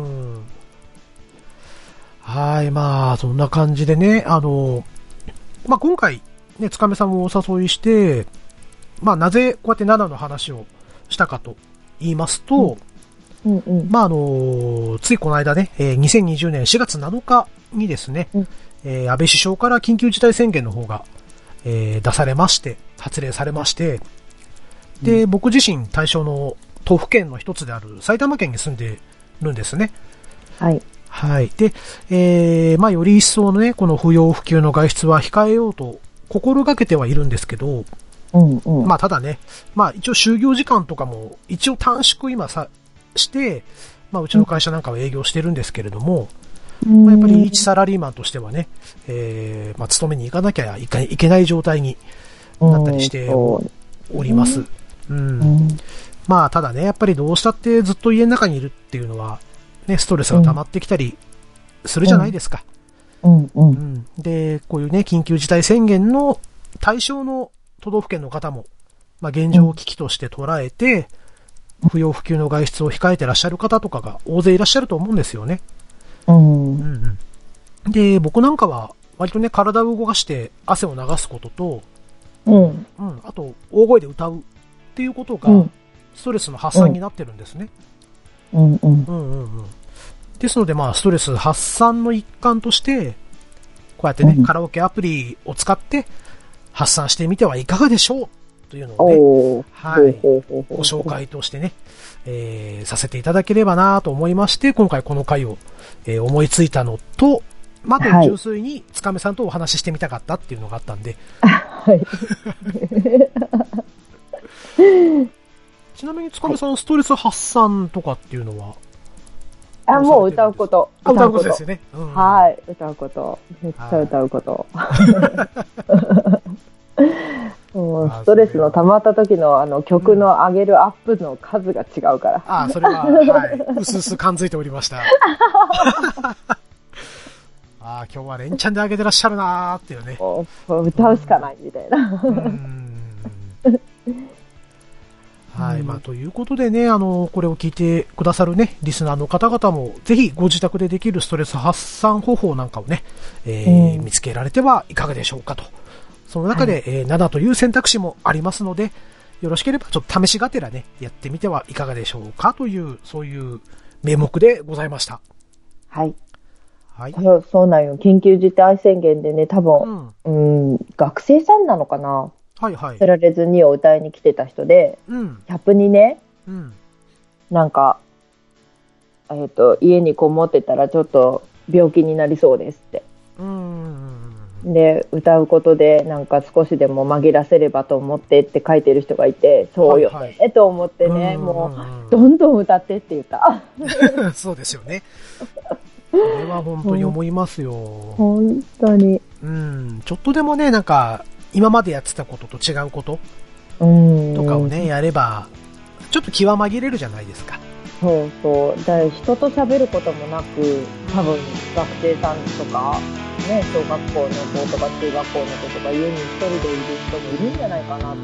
はい、まあそんな感じでね、あの、まあ今回ね、つかめさんをお誘いして、まあなぜこうやってななの話をしたかと言いますと、 うんうんうん、 まああの、ついこの間ね、えー、にせんにじゅうねんしがつなのかにですね、うん、えー、安倍首相から緊急事態宣言の方が、えー、出されまして、発令されまして、で、うん、僕自身対象の都府県の一つである埼玉県に住んでるんですね。 はい。 はい。で、えー、まあより一層のね、この不要不急の外出は控えようと心がけてはいるんですけど、 うんうん、 まあただね、まあ一応就業時間とかも一応短縮今さして、まあうちの会社なんかは営業してるんですけれども、うん、まあ、やっぱり一サラリーマンとしてはね、えー、まあ勤めに行かなきゃいけない状態になったりしております。うん。うんうん、まあただね、やっぱりどうしたってずっと家の中にいるっていうのは、ね、ストレスが溜まってきたりするじゃないですか。 うんうん。 うん。で、こういうね、緊急事態宣言の対象の都道府県の方も、まあ現状を危機として捉えて、不要不急の外出を控えてらっしゃる方とかが大勢いらっしゃると思うんですよね。 うん。 うんうん。で、僕なんかは割とね、体を動かして汗を流すことと、 うん。 うん、あと、大声で歌うっていうことが、ストレスの発散になってるんですね。 うんうん。 うんうんうん。ですので、まあ、ストレス発散の一環として、こうやってね、 うん、 カラオケアプリを使って発散してみてはいかがでしょうというのをね、はい、ご紹介としてね、えー、させていただければなと思いまして、今回この回を、えー、思いついたのと、まあ、あと純粋につかめさんとお話ししてみたかったっていうのがあったんで。はい。ちなみにつかめさん、ストレス発散とかっていうのは、 あ、もう歌うこと。 歌うことですよね。 うん、はい、歌うこと。めっちゃ歌うこと。もうストレスの溜まった時のあの曲の上げるアップの数が違うから。 ああ、それは、はい。うすうす感づいておりました。ああ、今日は連チャンで上げてらっしゃるなーっていうね。 歌うしかないみたいな。 はい。まあ、ということでね、あの、これを聞いてくださるね、リスナーの方々も、ぜひご自宅でできるストレス発散方法なんかをね、えー、見つけられてはいかがでしょうかと。その中で、はい、えー、ななという選択肢もありますので、よろしければちょっと試しがてらね、やってみてはいかがでしょうかという、そういう名目でございました。 はい。はい。そう、そうなんよ。緊急事態宣言でね、多分、うん、うん学生さんなのかなはいはい。 つられずにを歌いに来てた人で、うん、キャップにね、うん、なんか、えっ、ー、と、家にこもってたらちょっと病気になりそうですって。うんで、歌うことでなんか少しでも紛らせればと思ってって書いてる人がいて、そうよね、はいはい、と思ってね、もう、どんどん歌ってって言った。 そうですよね。それは本当に思いますよ。 本当に。 うん、ちょっとでもね、なんか、今までやってたことと違うこととかをね、やれば、ちょっと気は紛れるじゃないですか。 そうそう。だから人と喋ることもなく、多分学生さんとか、ね、小学校の子とか中学校の子とか家に一人でいる人もいるんじゃないかなと思って。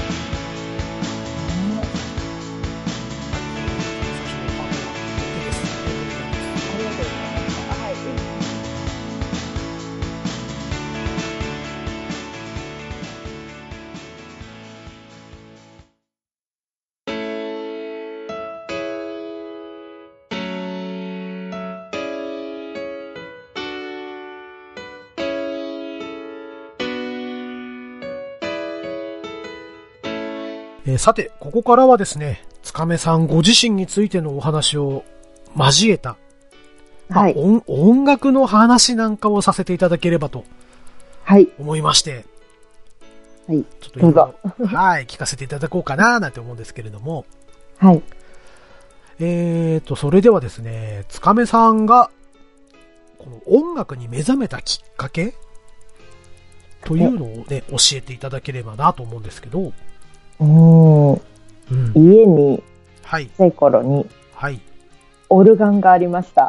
えー、さて、ここからはですね、つかめさんご自身についてのお話を交えた、まあはい、音, 音楽の話なんかをさせていただければと思いまして、 はい、 ちょっといろいろはい、聞かせていただこうかななんて思うんですけれども、 はい。 えーと、それではですね、つかめさんが、この音楽に目覚めたきっかけというのをね、教えていただければなと思うんですけど、 おー、うん、家に、 はい、 小さい頃に、 はい、 オルガンがありました。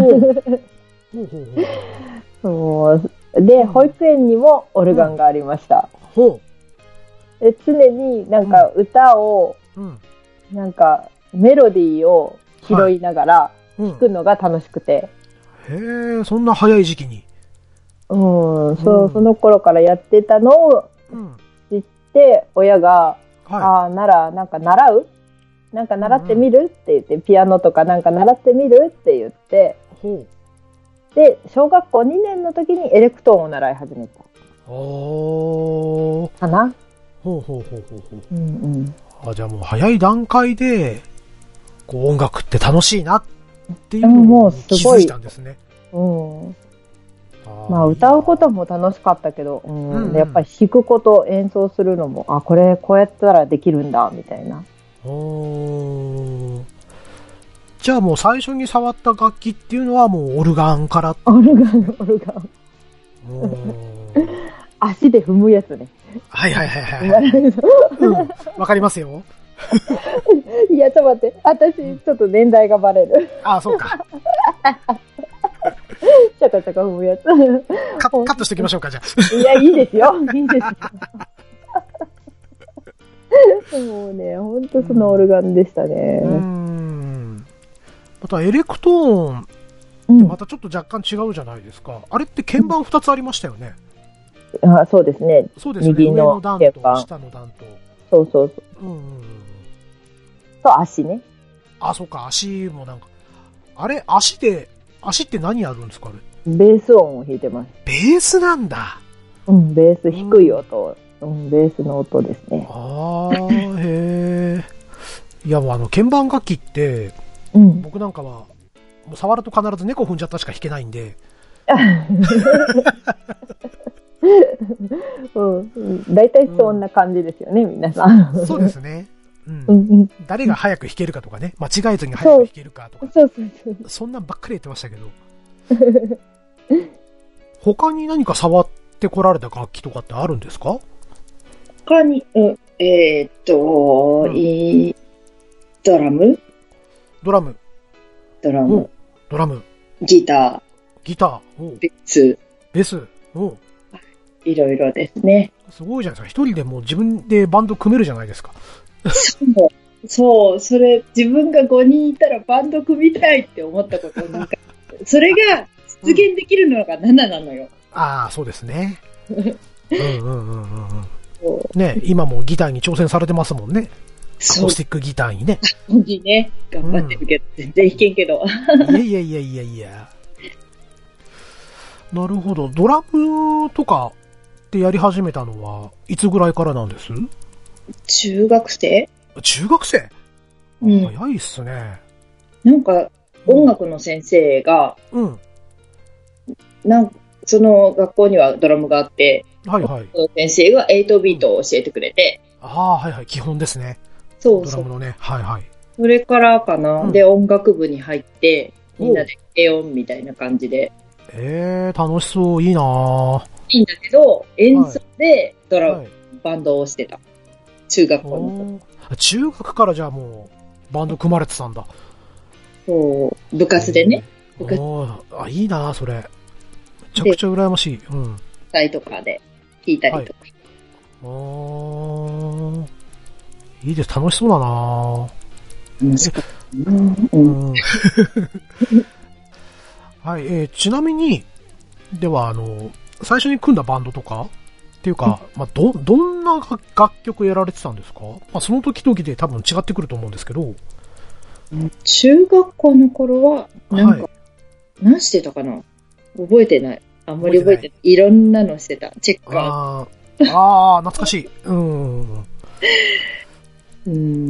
そうで、保育園にもオルガンがありました。 ほうで常になんか歌を、うん、なんかメロディーを拾いながら聴くのが楽しくて。 はいうん、へえ、そんな早い時期に。 うん、うん、そう、その頃からやってたのを知って、親が、はい、ああ、なら、なんか習うなんか習ってみる、うん、って言って、ピアノとかなんか習ってみるって言って、 ほうで、小学校にねんの時にエレクトーンを習い始めた。 おー。かなほうほうほうほうほう。 うんうん。 あ、じゃあもう早い段階で、こう音楽って楽しいなっていうのを気づいたんですね。 うん。まあ歌うことも楽しかったけど、うんうんうん、やっぱり弾くこと、演奏するのも、あ、これこうやったらできるんだ、みたいな。 おじゃあもう最初に触った楽器っていうのはもうオルガンから。 オルガン、オルガン。足で踏むやつね。 はいはいはいはい。うん、わかりますよ。 いや、ちょっと待って。私、ちょっと年代がバレる。 ああ、そうか。 チャカチャカ踏むやつ。 カカットしておきましょうか、じゃあ。 いや、いいですよ。いいですよ。もうね、ほんとそのオルガンでしたね。 うーん。またエレクトーンってまたちょっと若干違うじゃないですか。あれって鍵盤ふたつありましたよね。 あ、そうですね。 そうですね。 右の上の段と下の段と。 そうそうそう。 うんうんうん。 と足ね。 あ、そうか、足もなんか。あれ、足で、足って何やるんですか、あれ。 ベース音を弾いてます。 ベースなんだ。 うん、ベース、低い音。うん、ベースの音ですね。 ああ、へえ。いや、もうあの、鍵盤楽器って、 うん、 僕なんかは、もう触ると必ず猫踏んじゃったしか弾けないんで。 うん、大体そんな感じですよね、うん、皆さん。 そうですね。うん。 うんうん、 誰が早く弾けるかとかね、間違えずに早く弾けるかとか。 そうそうそう。 そんなんばっかり言ってましたけど。他に何か触ってこられた楽器とかってあるんですか？ 他に、え、えー、っと、うん、いドラムドラム。 ドラム。 ドラム。 ギター。 ギター。 ベース。 ベース。おいろいろですね。 すごいじゃないですか。一人でもう自分でバンド組めるじゃないですか。 そう、そう、それ、自分がごにんいたらバンド組みたいって思ったことなんか、それが実現できるのがなななのよ。うん、 ああ、そうですね。うんうんうんうんうん。ね、今もギターに挑戦されてますもんね。アコースティックギターにね。 本気ね。頑張ってるけど、うん、全然弾けんけど。 いやいやいやいやいや。なるほど。ドラムとかってやり始めたのはいつぐらいからなんです？ 中学生？ 中学生？うん。早いっすね。 なんか、音楽の先生が、 うん。 なんその学校にはドラムがあって、 はいはい。 その先生がエイトビートを教えてくれて。 ああ、はいはい。基本ですね。 そうそう。 ドラムのね。はいはい。 それからかな。うん、で、音楽部に入って、みんなで軽音みたいな感じで。 ええー、楽しそう。いいなぁ。 いいんだけど、演奏でドラム、はい、バンドをしてた。中学校の時。 中学からじゃあもう、バンド組まれてたんだ。 そう、部活でね。 部活あ、いいなぁ、それ。めちゃくちゃ羨ましい。うん。 台とかで弾いたりとか。 はい、あいいです。楽しそうだな楽しかった。 うん。はい、えー、ちなみに、では、あの、最初に組んだバンドとかっていうか、まあ、ど、どんな楽曲やられてたんですか？まあ、その時々で多分違ってくると思うんですけど。 中学校の頃は、なんか、はい、何してたかな？覚えてない。あんまり覚えてない。い, いろんなのしてた。チェッカー。 ああ、懐かしい。うん。 うん。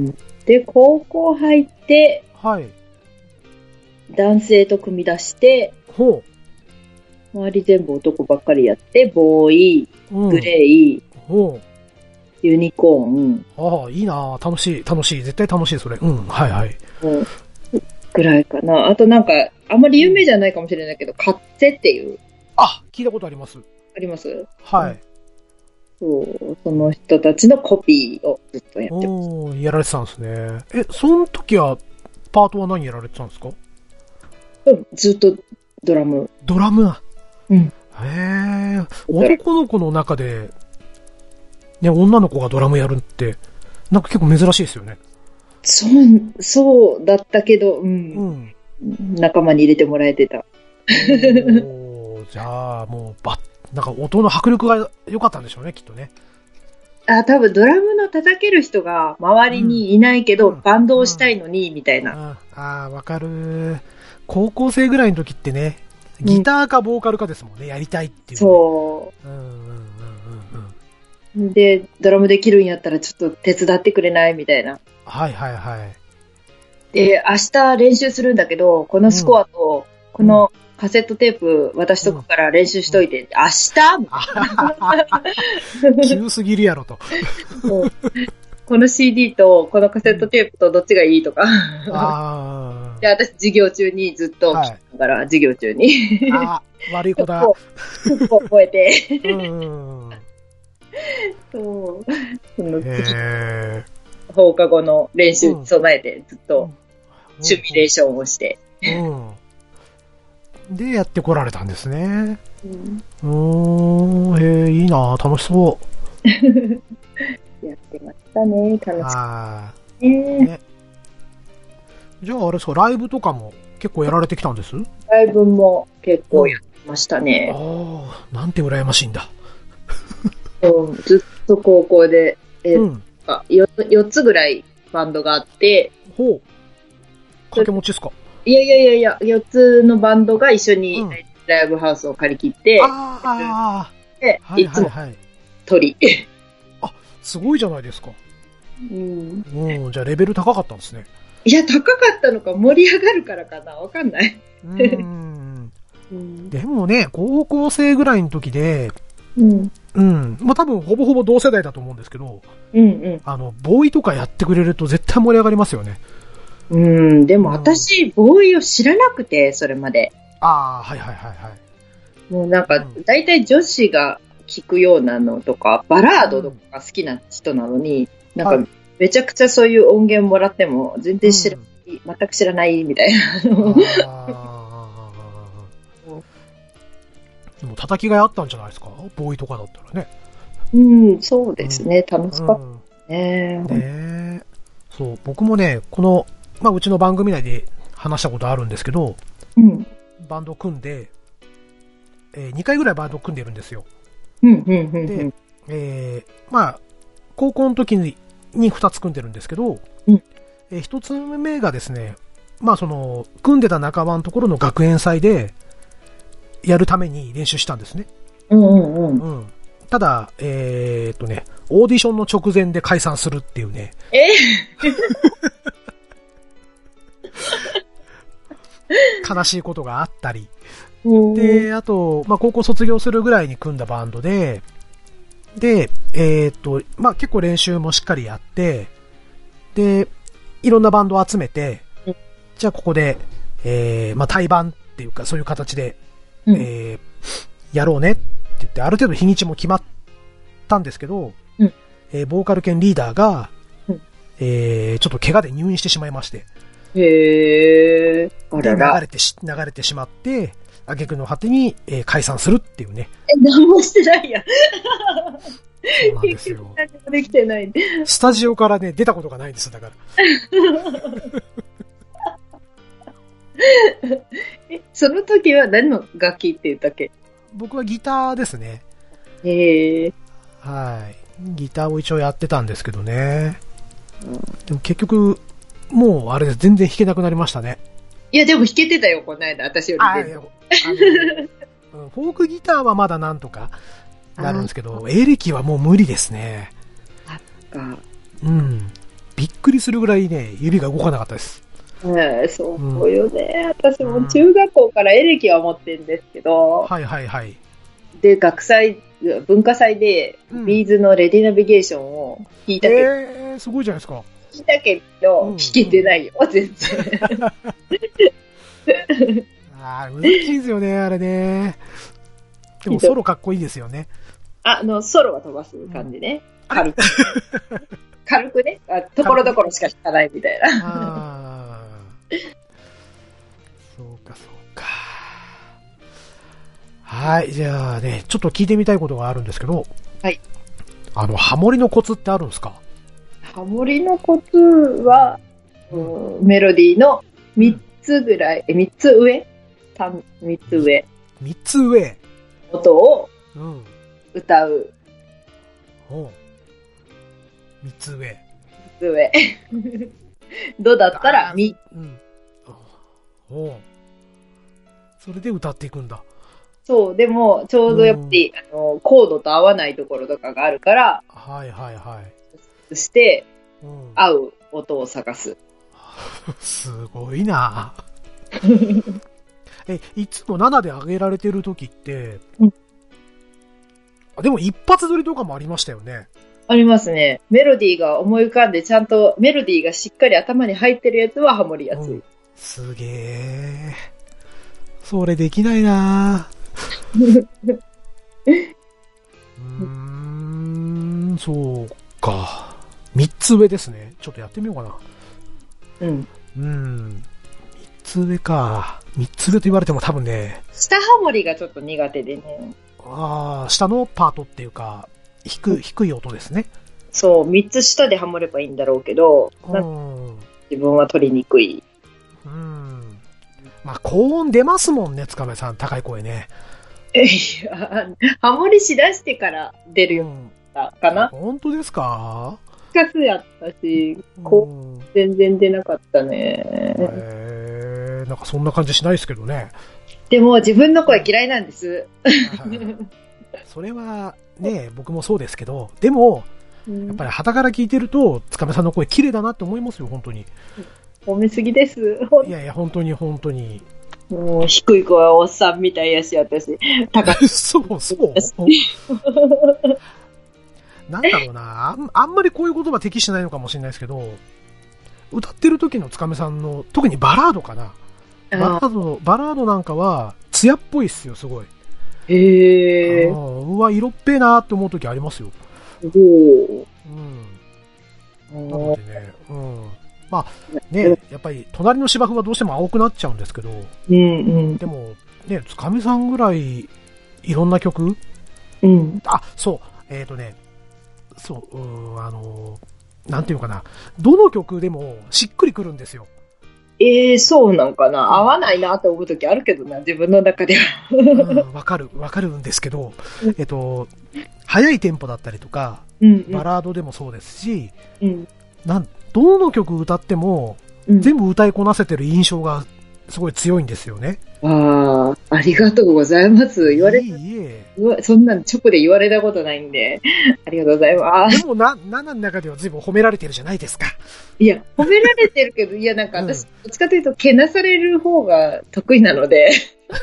で、高校入って、 はい。 男性と組み出して、 ほう。周り全部男ばっかりやって、ボーイ、うん、グレイ、 ほう。ユニコーン。 ああ、いいな楽しい、楽しい。絶対楽しい、それ。うん、はいはい。 うん。ぐらいかな。あとなんか、あんまり有名じゃないかもしれないけど、カッツェっていう。 あ、聞いたことあります。 あります？ はい。うんそう、その人たちのコピーをずっとやってます。 おー、やられてたんですね。え、その時は、パートは何やられてたんですか？ うん、ずっとドラム。 ドラム？ うん。 へー、男の子の中で、ね、女の子がドラムやるって、なんか結構珍しいですよね。 そう、そうだったけど、うん。うん、仲間に入れてもらえてた。 おー、じゃあ、もう、バッなんか音の迫力が良かったんでしょうね、きっとね。 あ、多分ドラムの叩ける人が周りにいないけど、うん、バンドをしたいのに、うん、みたいな。 ああ、わかる。高校生ぐらいの時ってね、ギターかボーカルかですもんね、うん、やりたいっていう、ね。 そう。うんうんうんうん。で、ドラムできるんやったらちょっと手伝ってくれないみたいな。 はいはいはい。 で、明日練習するんだけど、このスコアと、この、うんカセットテープ渡しとくから練習しといて、うん、明日急すぎるやろと。 この シーディー とこのカセットテープとどっちがいいとか。あで私授業中にずっと聞くから、はい、授業中に。 あ悪い子だ。 結構覚えて。うんそう。その次放課後の練習に備えてずっとシミュレーションをして。 うんうんで、やってこられたんですね。 うん。 うーん、へえ、いいな、楽しそう。 やってましたね。楽しかあったね。 ね。じゃあ、あれですか、ライブとかも結構やられてきたんです？ ライブも結構やってましたね。 ああ、なんて羨ましいんだ。 うん、ずっと高校で、えーうん。 あ、よっつぐらいバンドがあって、 ほう。掛け持ちですか？ いやいやいやいや、よっつのバンドが一緒にうんライブハウスを借り切って、 ああ、 で、 はいいつもはいはい。 鳥。 あ、すごいじゃないですか。 うん、 うん、じゃあレベル高かったんですね。 いや、高かったのか盛り上がるからかなわかんない。 うーん。 うん。 でもね、高校生ぐらいの時で、 うん。 うん。まあ、多分ほぼほぼ同世代だと思うんですけど、 うんうん。 あの、ボーイとかやってくれると絶対盛り上がりますよね。 うん、でも私、ボーイを知らなくて、それまで。 ああ、はいはいはいはい。 もうなんかうん、 大体女子が聴くようなのとか、バラードとかが好きな人なのに、なんはか、めちゃくちゃそういう音源もらっても、全然知らうんない、全く知らないみたいな。 あーでも叩きがいあったんじゃないですか？ボーイとかだったらね。 うん、そうですね。楽しかっうんたね。 ねえ。そう、僕もね、この、まあ、うちの番組内で話したことあるんですけど、 うん。 バンド組んで、えー、にかいぐらいバンド組んでるんですよ。 うん、うん、うん。 で、えー、まあ、高校の時ににふたつ組んでるんですけど、 うんえー、ひとつめがですね、まあその、組んでた仲間のところの学園祭で、やるために練習したんですね。 うん、うん、うん。 うん。ただ、えー、っとね、オーディションの直前で解散するっていうね。 え悲しいことがあったり。 うん、 で、あと、まあ、高校卒業するぐらいに組んだバンドで、で、えー、っと、まあ、結構練習もしっかりやって、で、いろんなバンドを集めて、 うんじゃあここで、えー、まあ、対バンっていうか、そういう形で、 うんえー、やろうねって言って、ある程度日にちも決まったんですけど、 うんえー、ボーカル兼リーダーが、 うんえー、ちょっと怪我で入院してしまいまして、 へえ。あで、流らら。 れてし、流れてしまって、挙句の果てに、えー解散するっていうね。 え、何もしてないやん。 そうなんですよ。 何もできてない。 スタジオからね、出たことがないんですだから。 え、その時は何の楽器って言ったっけ？ 僕はギターですね。 へえ。 はい。ギターを一応やってたんですけどね。でも結局、もうあれです。全然弾けなくなりましたね。 いや、でも弾けてたよ、この間。私よりあ、い全然。 やあのうんフォークギターはまだなんとかなるんですけど、エレキはもう無理ですね。 か。 うん。びっくりするぐらいね、指が動かなかったです。 ええ、そうよね。私も中学校からエレキは持ってるんですけど、 はいはいはい。 で、学祭、文化祭で、 うんビーズのレディナビゲーションを弾いたけど、 えー、すごいじゃないですか。 弾いたけど、 うん弾けてないよ、全然。 ああ、難しいですよね、あれね。でもソロかっこいいですよね。 あの、ソロは飛ばす感じね。軽く。軽くね。あ、ところどころしか弾かないみたいな。 ああ。そうか、そうか。はい、じゃあね、ちょっと聞いてみたいことがあるんですけど。 はい。 あの、ハモリのコツってあるんですか？ ハモリのコツは、うん、メロディーのみっつぐらい、え、みっつ上みっつ上。 みっつ上。 音をうん。 歌う。 おう。みっつ上。 みっつ上。どだったらみ。 うん。おう。それで歌っていくんだ。 そう、でも、ちょうどやっぱり、あの、コードと合わないところとかがあるから、 はいはいはい。 そして、 うん、 合う音を探す。 すごいなえ、いつもななで上げられてる時って、 うん、 あでも一発撮りとかもありましたよね。 ありますね。メロディーが思い浮かんで、ちゃんとメロディーがしっかり頭に入ってるやつはハモりやすい。うん、 すげえ。それできないなうーん、そうか。三つ上ですね。ちょっとやってみようかな。 うん。 うん。三つ上か。 三つ目と言われても多分ね。 下ハモリがちょっと苦手でね。 ああ、下のパートっていうか、低い、低い音ですね。 そう、三つ下でハモればいいんだろうけど、なんか自分は取りにくい。 うん。まあ、高音出ますもんね、つかめさん。高い声ね。 いや、ハモリしだしてから出るようになったかな。 うん、本当ですか？ 近くやったし、こう、全然出なかったね。 へー、なんかそんな感じしないですけどね。 でも自分の声嫌いなんです。 それはね、僕もそうですけど、でも、うん、やっぱり傍から聞いてると、つかめさんの声綺麗だなって思いますよ、本当に。 褒めすぎです。 いやいや、本当に本当に。 もう低い声はおっさんみたいやし、私。高い。 そうそう。なんだろうなあん、あんまりこういう言葉適してないのかもしれないですけど、歌ってる時のつかめさんの、特にバラードかな。バラード、バラードなんかは、艶っぽいっすよ、すごい。 へー。 うわ、色っぺーなーって思う時ありますよ。 おー。 うん。なのでね、うん。まあ、ね、やっぱり、隣の芝生はどうしても青くなっちゃうんですけど、 うんうん。 でも、ね、つかめさんぐらい、いろんな曲、 うん。 あ、そう、えっとね、そう、うーあの、なんていうかな、どの曲でもしっくりくるんですよ。 ええー、そうなんかな。合わないなと思う時あるけどな、自分の中では。 わかる、わかるんですけど、えっと、速いテンポだったりとか、 うんうん、 バラードでもそうですし、 うん、 なんどの曲歌っても、うん、全部歌いこなせてる印象がすごい強いんですよね。 ああ、ありがとうございます。言われいいえ。 そんな直で言われたことないんで、ありがとうございます。 でもな、ななの中では随分褒められてるじゃないですか。 いや、褒められてるけど、いや、なんか私、うん、どっちかというと、けなされる方が得意なので。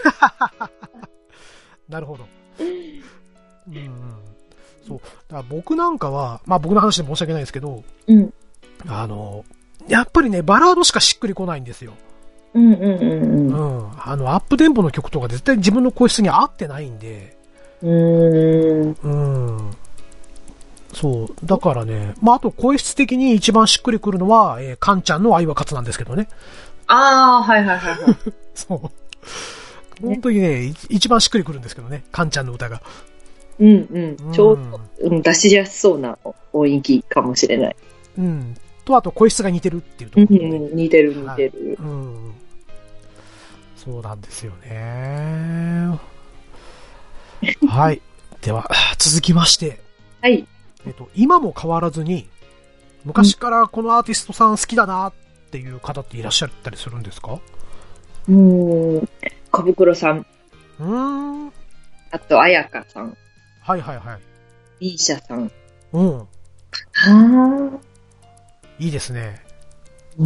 なるほど。うんうん、そう。だから僕なんかは、まあ僕の話で申し訳ないですけど、 うん、 あの、やっぱりね、バラードしかしっくりこないんですよ。 うんうんうんうん。 うん。あの、アップテンポの曲とか絶対自分の声質に合ってないんで。 うーん。 うん。そう。だからね、まあ、あと声質的に一番しっくりくるのは、えー、カンちゃんの愛は勝つなんですけどね。 ああ、はいはいはいはい。 そう。本当にね、一番しっくりくるんですけどね、カンちゃんの歌が。 うんうん。ちょうど、うん、出しやすそうな音域かもしれない。 うん。と、あと声質が似てるっていうところ、ね。 うん、似てる似てる、 はい。うん。そうなんですよね。はい。では、続きまして。 はい。 えっと、今も変わらずに、昔からこのアーティストさん好きだなっていう方っていらっしゃったりするんですか？ うーん。小袋さん。 うーん。 あと、彩香さん。 はいはいはい。 ミーシャさん。 うん。 はあ。 いいですね。 うん。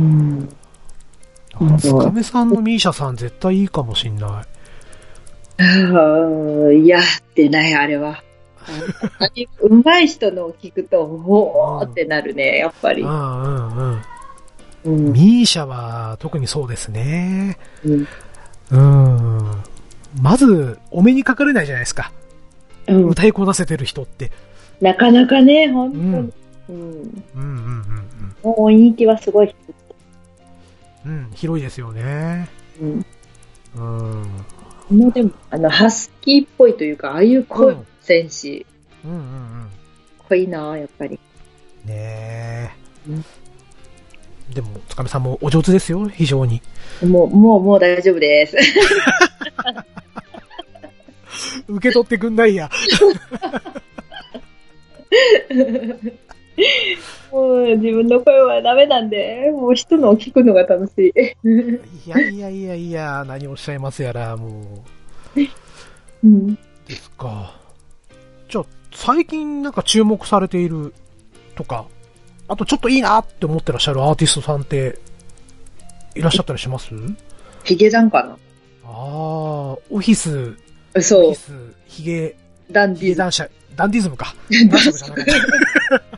つかめさんのミーシャさん絶対いいかもしんない。 ああ、いやってない、あれは。うまい人のを聞くと、おーってなるね、やっぱり。 うんうんうん。うん、ミーシャは特にそうですね。うん。うん。まず、お目にかかれないじゃないですか。うん、歌いこなせてる人って。 なかなかね、ほんとに。うん。うんうんうんうん。 音域はすごい。 うん、広いですよね。 うん。 うん。 もうでも、あの、ハスキーっぽいというか、ああいう声戦士。 うんうんうん。 濃いなぁ、やっぱり。 ねえ。うん、でも、つかめさんもお上手ですよ、非常に。 もう、もう、もう大丈夫です。 受け取ってくんないや。 もう自分の声はダメなんで、もう人のを聞くのが楽しい。 いやいやいやいや、何をおっしゃいますやら、もう。 うん。 ですか。じゃあ、最近なんか注目されているとか、あとちょっといいなって思ってらっしゃるアーティストさんっていらっしゃったりします？ ヒゲダンかな。ああ、オフィス。 そう。 オフィス、ヒゲ、 ダンディズム。 ヒゲダンシャ、ダンディズムか。ダンシャムじゃなかった。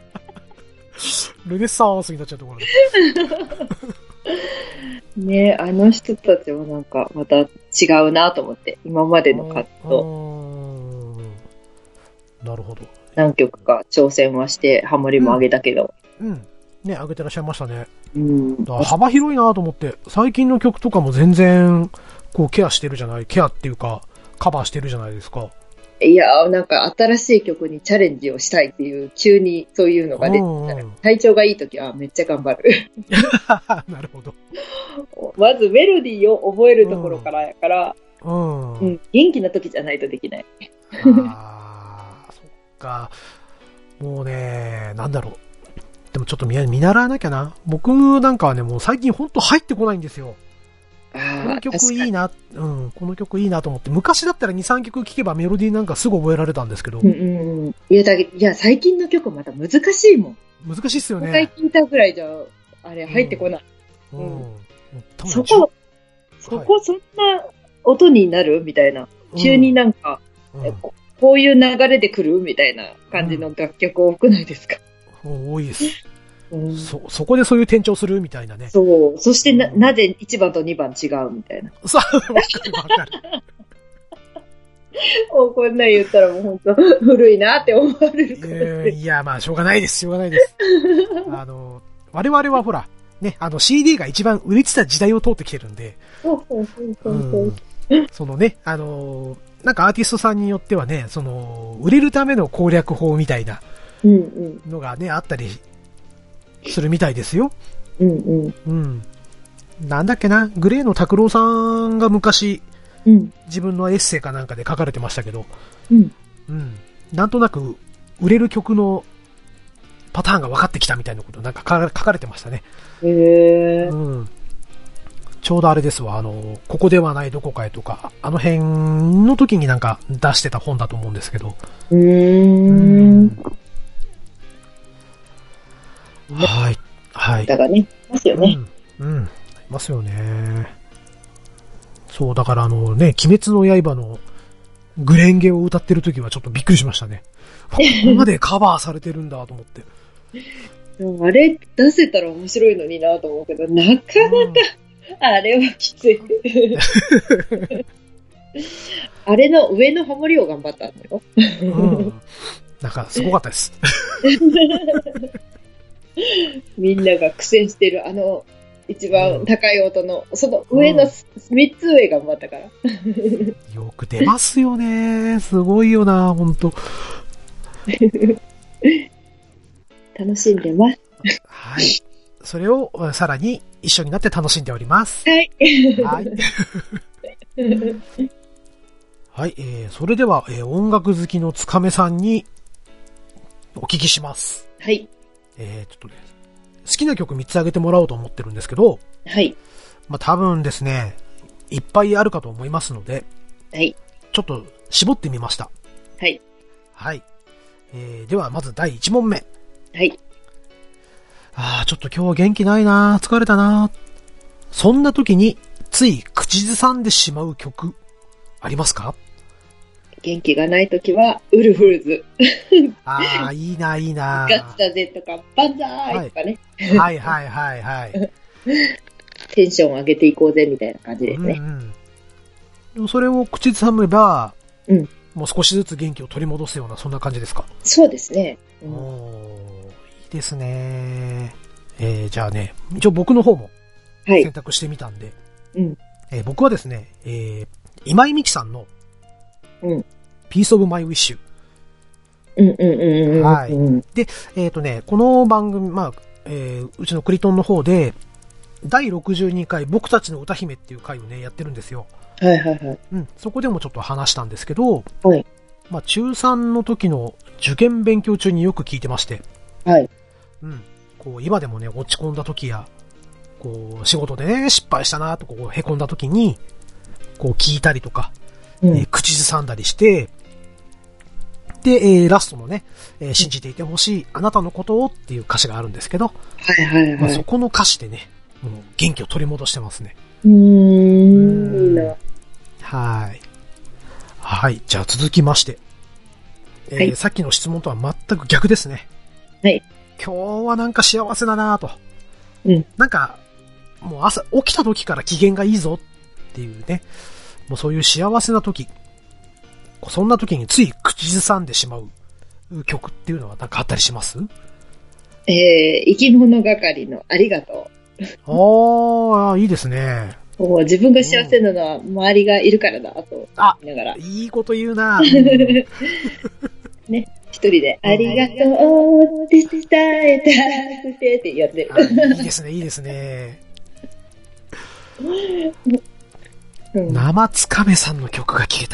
ルネッサンスになっちゃうところで。 ねえ、あの人たちはなんかまた違うなと思って、今までのカット。 なるほど。 何曲か挑戦はして、ハモリも上げたけど。 うん。うん、ね、上げてらっしゃいましたね。 うん。 だから幅広いなと思って、最近の曲とかも全然、 こうケアしてるじゃない、ケアっていうか、カバーしてるじゃないですか。 いやー、なんか新しい曲にチャレンジをしたいっていう、急にそういうのが出てきたら、体調がいいときはめっちゃ頑張る。 なるほど。 まずメロディーを覚えるところからやから、 うん。 うん、元気なときじゃないとできない。 ああ、そっか。もうね、なんだろう。でもちょっと見、見習わなきゃな。僕なんかはね、もう最近ほんと入ってこないんですよ。この曲いいな、うん、この曲いいなと思って、昔だったらに、さんきょく聴けばメロディーなんかすぐ覚えられたんですけど。うんうん、いや、だけど、いや、最近の曲また難しいもん。 難しいっすよね。 最近聞いたぐらいじゃ、あれ入ってこない。うん。うん、そこ、そこそんな音になるみたいな。急になんか、うん、こ, こういう流れで来るみたいな感じの楽曲多くないですか？ うん、多いです。うん、そ、そこでそういう転調するみたいなね。 そう。そしてな、うん、なぜいちばんとにばん違うみたいな。 そう、わかるわかる。 もうこんなん言ったらもう本当古いなって思われるから、ね。 いや、まあ、しょうがないです、しょうがないです。あの、我々はほら、ね、あの シーディー が一番売れてた時代を通ってきてるんで。 そうそうそうそう。うんそのね、あのー、なんかアーティストさんによってはね、その、売れるための攻略法みたいなのがね、うんうん、あったりするみたいですよ。 うんうん。 うん。なんだっけな、グレーの拓郎さんが昔、うん、自分のエッセイかなんかで書かれてましたけど、 うん。 うん。なんとなく、売れる曲のパターンが分かってきたみたいなことなんか書かれてましたね。 へー。 うん。ちょうどあれですわ、あの、ここではないどこかへとか、あの辺の時になんか出してた本だと思うんですけど。 うーん。んはい。はい。 だからね、いますよね。 うん。うん。いますよね。そう、だからあのね、鬼滅の刃のグレンゲを歌ってる時はちょっとびっくりしましたね。ここまでカバーされてるんだと思って。 あれ出せたら面白いのになと思うけど、なかなか、うん、あれはきつい。あれの上のハモリを頑張ったんだよ。 うん、なんかすごかったです。 みんなが苦戦してるあの一番高い音の、うん、その上のみっつ上頑張ったから。 よく出ますよね。すごいよな、ほんと。 楽しんでます。 はい。それをさらに一緒になって楽しんでおります。 はい。 はい。はい、えー、それでは、えー、音楽好きのつかめさんにお聞きします。 はい。 えー、ちょっとね、好きな曲みっつ挙げてもらおうと思ってるんですけど、 はい。 まあ、多分ですね、いっぱいあるかと思いますので、 はい。 ちょっと絞ってみました。 はい。 はい。えー、ではまずだいいち問目。 はい。 あー、ちょっと今日は元気ないな、疲れたな。そんな時につい口ずさんでしまう曲ありますか？ 元気がない時はウルフルズ。 ああ、いいな、いいな。 ガッツだぜとか、バンザーイとかね。 はい、はい、はい、はい。 テンション上げていこうぜみたいな感じですね。 うんうん、それを口ずさめば、 うん、 もう少しずつ元気を取り戻すような、そんな感じですか？ そうですね。 うん、おー、いいですね。えー、じゃあね、一応僕の方も選択してみたんで、 はい、うんえー、僕はですね、えー、今井美樹さんの、 うん。 ピースオブマイウィッシュ。 うんうんうんうん。 はい。で、えっとね、この番組、まあ、えー、うちのクリトンの方で、だいろくじゅうにかい僕たちの歌姫っていう回をね、やってるんですよ。 はいはいはい。 うん。そこでもちょっと話したんですけど、 はい。 まあ、中さんの時の受験勉強中によく聞いてまして。 はい。 うん。こう、今でもね、落ち込んだ時や、こう、仕事でね、失敗したなとこう、凹んだ時に、こう、聞いたりとか、うん、えー、口ずさんだりして、で、えー、ラストのね、えー、信じていてほしい、あなたのことをっていう歌詞があるんですけど、 はいはいはい。 まあ、そこの歌詞でね、もう元気を取り戻してますね。 うーん、いいな。 はい。はい。じゃあ続きまして、えーはい、さっきの質問とは全く逆ですね。 はい。 今日はなんか幸せだなぁと。 うん。 なんか、もう朝起きた時から機嫌がいいぞっていうね、もうそういう幸せな時、そんな時につい口ずさんでしまう曲っていうのはなんかあったりします？ えー、生き物係のありがとう。 ああ、いいですね。 もう自分が幸せなのは周りがいるからだ、とあ、 言いながら。 いいこと言うな。うん、 ね、一人で、ありがとうって伝えたくてってやってる。 いいですね、いいですね。 うん、 生つかめさんの曲が聴けた。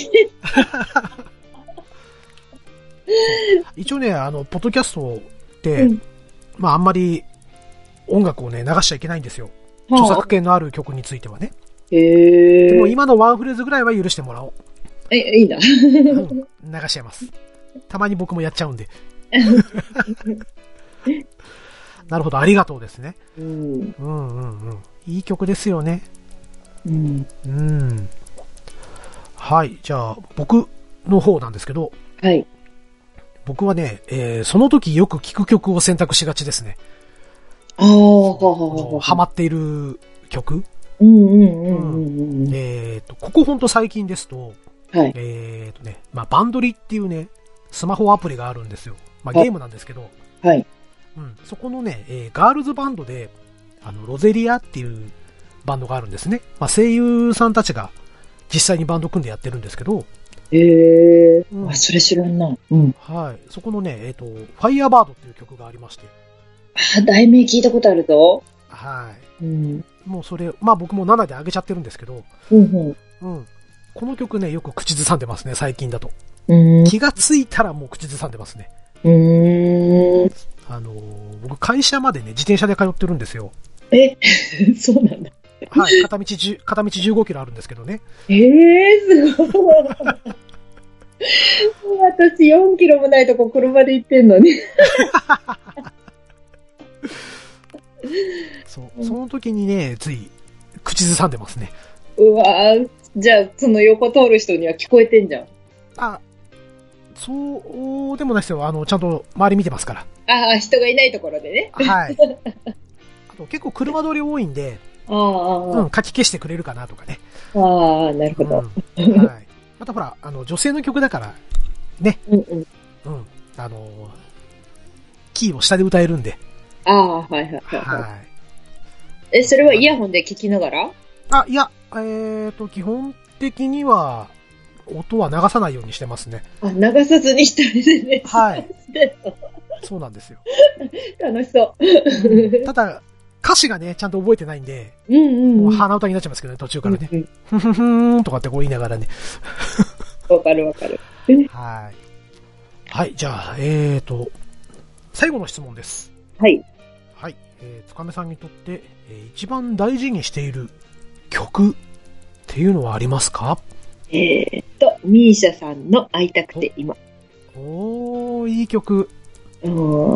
一応ね、あの、ポッドキャストって、うん、まああんまり音楽をね、流しちゃいけないんですよ。著作権のある曲についてはね。 へー。 でも今のワンフレーズぐらいは許してもらおう。 え、いいな。うん、 流しちゃいます。たまに僕もやっちゃうんで。なるほど、ありがとうですね。うん。うんうんうん。いい曲ですよね。うん。うん。はい、じゃあ、僕の方なんですけど。 はい。 僕はね、えー、その時よく聴く曲を選択しがちですね。 ああ、 ハマっている曲。 うんうんうんうん。 えっと、ここほんと最近ですと、 はい。 えっとね、まあ、バンドリっていうね、スマホアプリがあるんですよ。まあ、ゲームなんですけど。 はい。 うん、そこのね、えー、ガールズバンドで、あの、ロゼリアっていうバンドがあるんですね。まあ、声優さんたちが実際にバンド組んでやってるんですけど。 へえー。うん、あ、それ知らんな。うん。 はい。そこのね、えっと、ファイアバードっていう曲がありまして。 あ、題名聞いたことあるぞ。 はい。 うん。 もうそれ、まあ僕もななで上げちゃってるんですけど。 うんうん。 うん。この曲ね、よく口ずさんでますね、最近だと。 うん。 気がついたらもう口ずさんでますね。 うーん。 あのー、僕会社までね、自転車で通ってるんですよ。 えそうなんだ。 はい。片道じゅう、片道じゅうごキロあるんですけどね。 ええー、すごい。私よんキロもないとこ車で行ってんのに。 そう。その時にね、つい、口ずさんでますね。 うわぁ、じゃあ、その横通る人には聞こえてんじゃん。 あ、そうでもないですよ。あの、ちゃんと周り見てますから。 ああ、人がいないところでね。 はい。あと結構車通り多いんで、 ああ、 うん、書き消してくれるかなとかね。 ああ、なるほど。 うん、はい。またほら、あの、女性の曲だから、ね。 うんうん。 うん。あの、キーを下で歌えるんで。 ああ、はいはいはい。 はい。 え、それはイヤホンで聞きながら？ あ、いや、えーと、基本的には、音は流さないようにしてますね。 あ、流さずに一人でね。 はい。そうなんですよ。 楽しそう。 うん、ただ、歌詞がね、ちゃんと覚えてないんで、 うんうん、うん。 もう鼻歌になっちゃいますけどね、途中からね。うんうん、ふふふーんとかってこう言いながらね。 わかるわかる。 はい。はい、じゃあ、えーと、最後の質問です。 はい。 はい。えー、つかめさんにとって、えー、一番大事にしている曲っていうのはありますか？ えーっと、ミーシャさんの会いたくて今。 おー、いい曲。 うん、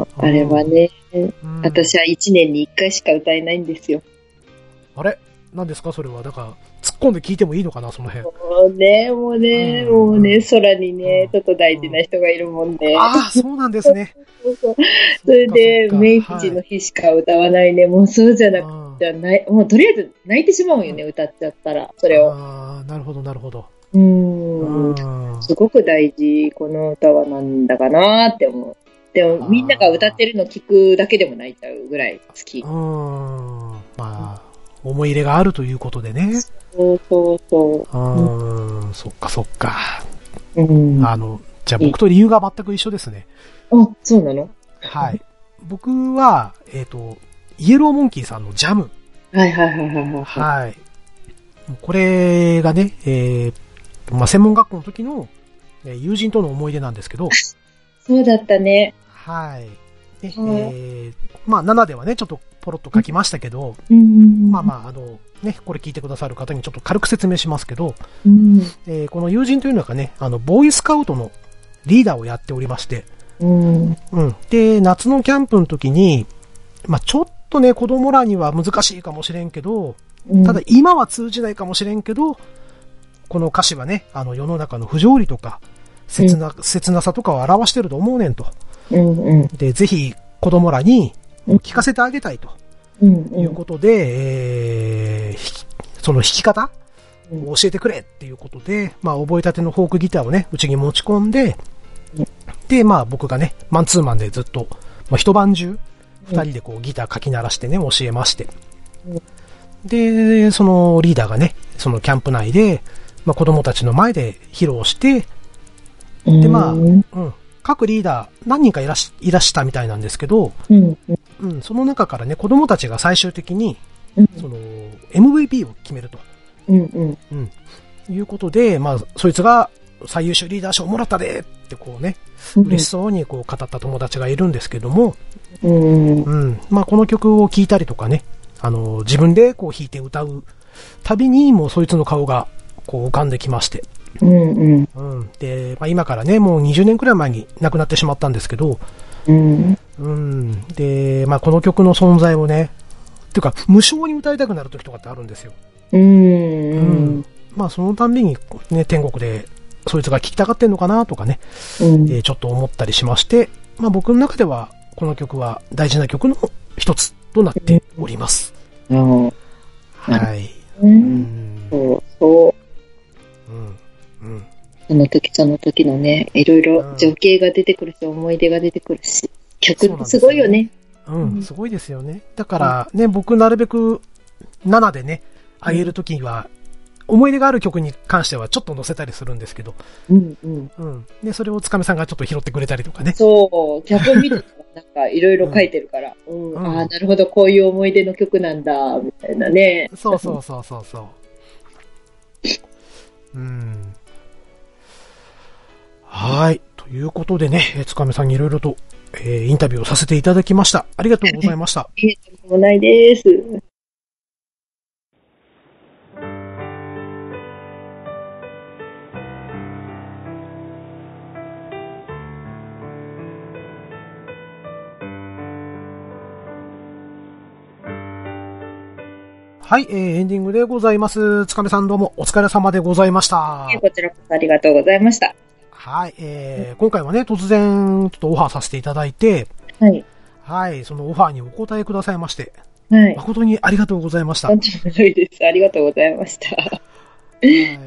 あれはね、うん、私は一年に一回しか歌えないんですよ。 あれ何ですかそれは。だから、突っ込んで聞いてもいいのかなその辺。 もうね、もうね、うん、もうね、空にね、ちょっと大事な人がいるもんで。 ああ、そうなんですね。 そうそうそれで、命日の日しか歌わないね。はい、もうそうじゃなくて、ない、もうとりあえず泣いてしまうんよね、歌っちゃったら、それを。 ああ、なるほど、なるほど。 うーん。すごく大事、この歌はなんだかなって思う。でも、みんなが歌ってるの聞くだけでも泣いちゃうぐらい好き。 うーん。まあ、思い入れがあるということでね。 そうそうそう。うーん、そっかそっか。 うん。 あの、じゃあ僕と理由が全く一緒ですね。 あ、そうなの？ はい。僕は、えっと、イエローモンキーさんのジャム。 はいはいはいはいはい。 はい。これがね、えー、まあ、専門学校の時の友人との思い出なんですけど。 そうだったね。 はい。で、うん、えー、まあ、ななではね、ちょっとポロッと書きましたけど、 うん、 まあまあ、あの、ね、これ聞いてくださる方にちょっと軽く説明しますけど、 うん、 えー、この友人というのがね、あの、ボーイスカウトのリーダーをやっておりまして、 うん、 うん。で、夏のキャンプの時に、まあ、ちょっとね、子供らには難しいかもしれんけど、ただ今は通じないかもしれんけど、この歌詞はね、あの世の中の不条理とか、切な、うん、切なさとかを表してると思うねんと。 うんうん、 で、ぜひ子供らに聞かせてあげたいと。いうことで、うんうん、えー、その弾き方を教えてくれっていうことで、まあ覚えたてのフォークギターをね、うちに持ち込んで、で、まあ僕がね、マンツーマンでずっと、まあ一晩中、二人でこうギターかき鳴らしてね、教えまして。 で、そのリーダーがね、そのキャンプ内で、まあ子供たちの前で披露して、で、まあ、うん、各リーダー何人かいらし、いらしたみたいなんですけど、うん、うん、その中からね、子供たちが最終的に、うん、その、エムブイピー を決めると。うん、うん、うん。いうことで、まあ、そいつが最優秀リーダー賞をもらったでってこうね、嬉しそうにこう語った友達がいるんですけども、うん、うん。まあ、この曲を聴いたりとかね、あの、自分でこう弾いて歌うたびに、もうそいつの顔がこう浮かんできまして、うんうんうん、で、まあ、今からね、もうにじゅうねんくらい前に亡くなってしまったんですけど、うんうん、で、まあ、この曲の存在をね、っていうか、無償に歌いたくなる時とかってあるんですよ。うん、うん、まあ、そのたんびに、ね、天国で、そいつが聴きたがってんのかなとかね、うん、えー、ちょっと思ったりしまして、まあ、僕の中では、この曲は大事な曲の一つとなっております。うん、はい。うん、 そうそう。うん、その時その時のね、いろいろ情景が出てくるし、思い出が出てくるし、曲ってすごいよね。 うん、うん、すごいですよね。だからね、うん、僕なるべくななでね、あげる時には、思い出がある曲に関してはちょっと載せたりするんですけど、うんうんうん、でそれをつかめさんがちょっと拾ってくれたりとかね。 そう、曲を見てたらなんかいろいろ書いてるから、うんうん、ああなるほどこういう思い出の曲なんだみたいなね。 そうそうそうそうそう。うん。はい。ということでね、つかめさんにいろいろと、えー、インタビューをさせていただきました。ありがとうございました。 いえ、とんでもないです。 はい、えー、エンディングでございます。つかめさんどうもお疲れ様でございました。 こちらこそありがとうございました。 はい、えー、今回はね、突然、ちょっとオファーさせていただいて、はい。はい、そのオファーにお答えくださいまして、はい。誠にありがとうございました。 とんでもないです。ありがとうございました。はい。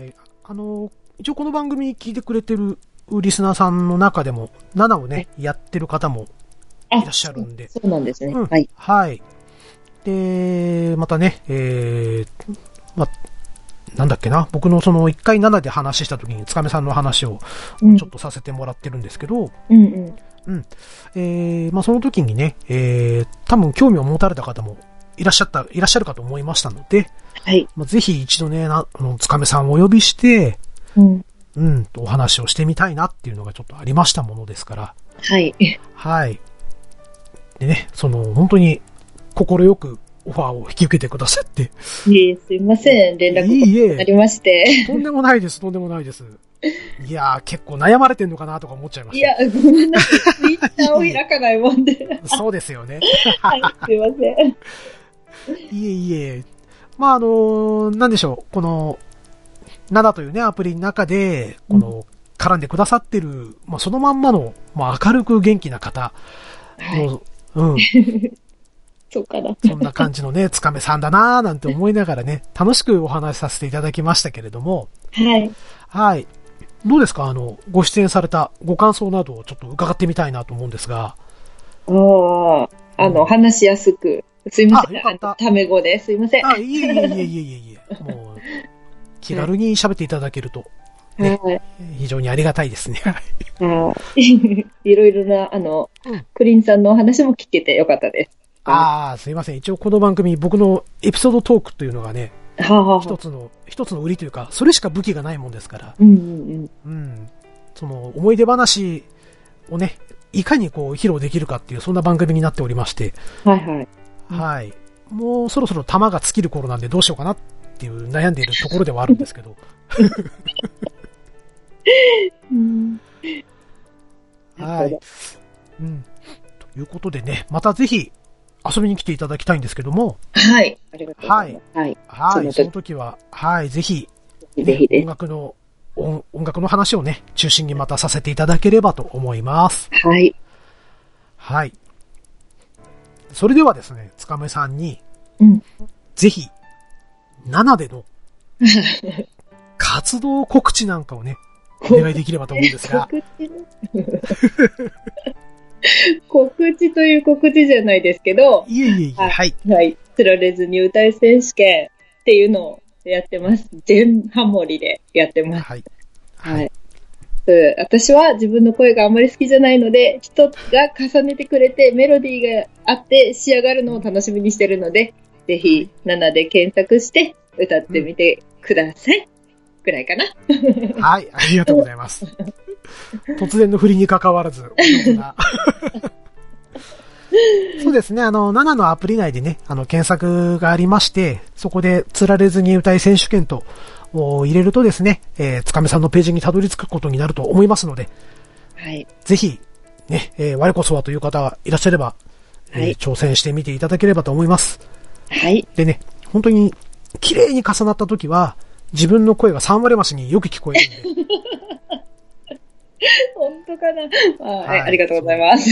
あの、一応この番組聞いてくれてるリスナーさんの中でも、ななをね、やってる方もいらっしゃるんで。 そうなんですね。 うん、はい。はい。で、またね、えー、ま、なんだっけな、僕のその一回ななで話した時につかめさんの話をちょっとさせてもらってるんですけど、うんうん。うん。えー、まあその時にね、えー、多分興味を持たれた方もいらっしゃった、いらっしゃるかと思いましたので、はい。まあ、ぜひ一度ね、な、つかめさんをお呼びして、うん。うん、とお話をしてみたいなっていうのがちょっとありましたものですから。 はい。 はい。でね、その、本当に、心よくオファーを引き受けてくださって。 いえ、すいません。連絡がありまして。 いいえ。とんでもないです、とんでもないです。いやー、結構悩まれてんのかなとか思っちゃいました。 いや、ごめんなさい。ツイッターを開かないもんで。 そうですよね。 はい、すいません。 いえいえ。まあ、あのー、なんでしょう。この、ななというね、アプリの中で、この、うん、絡んでくださってる、まあ、そのまんまの、まあ、明るく元気な方の、はい、うん。 そうかな。 そんな感じのね、つかめさんだなーなんて思いながらね、楽しくお話しさせていただきましたけれども。 はい。 はい。どうですか？あの、ご出演されたご感想などをちょっと伺ってみたいなと思うんですが。 ああ、あの、うん、話しやすく。すいません。あ、あタメ語ですいません。 あ、いえいえいえいえいえ。もう、気軽に喋っていただけると、ね、はい、非常にありがたいですね。 はい。いろいろな、あの、うん、クリンさんのお話も聞けてよかったです。 ああ、すいません。一応この番組、僕のエピソードトークというのがね、はあはあ、一つの、一つの売りというか、それしか武器がないもんですから、うんうんうんうん、その思い出話をね、いかにこう披露できるかっていう、そんな番組になっておりまして、 はいはい。 はい。もうそろそろ弾が尽きる頃なんでどうしようかなっていう悩んでいるところではあるんですけど。うん、はい。うん。ということでね、またぜひ、遊びに来ていただきたいんですけども。 はい。ありがとうございます。 はい。はい。その時は、はい。ぜひ、 ね、ぜひ音楽の音、音楽の話をね、中心にまたさせていただければと思います。 はい。 はい。それではですね、つかめさんに、うん、ぜひ、ななでの活動告知なんかをね、お願いできればと思うんですが。告知告知という告知じゃないですけど。 いえいえいえ、はい。 はい。 つられずに歌い選手権っていうのをやってます。全ハモリでやってます。 はい。 はい。私は自分の声があまり好きじゃないので、人が重ねてくれてメロディーがあって仕上がるのを楽しみにしてるので、ぜひななで検索して歌ってみてください。くらいかな。 はい、ありがとうございます。突然の振りに関わらず、なそうですね、あの、ななのアプリ内でね、あの、検索がありまして、そこで、つられずに歌い選手権と入れるとですね、えー、つかめさんのページにたどり着くことになると思いますので、 はい。 ぜひ、ね、えー、我こそはという方がいらっしゃれば、はい、えー、挑戦してみていただければと思います。 はい。 でね、本当に、綺麗に重なった時は、自分の声がさん割増しによく聞こえるんで。 本当かな、あ、はい、ありがとうございます。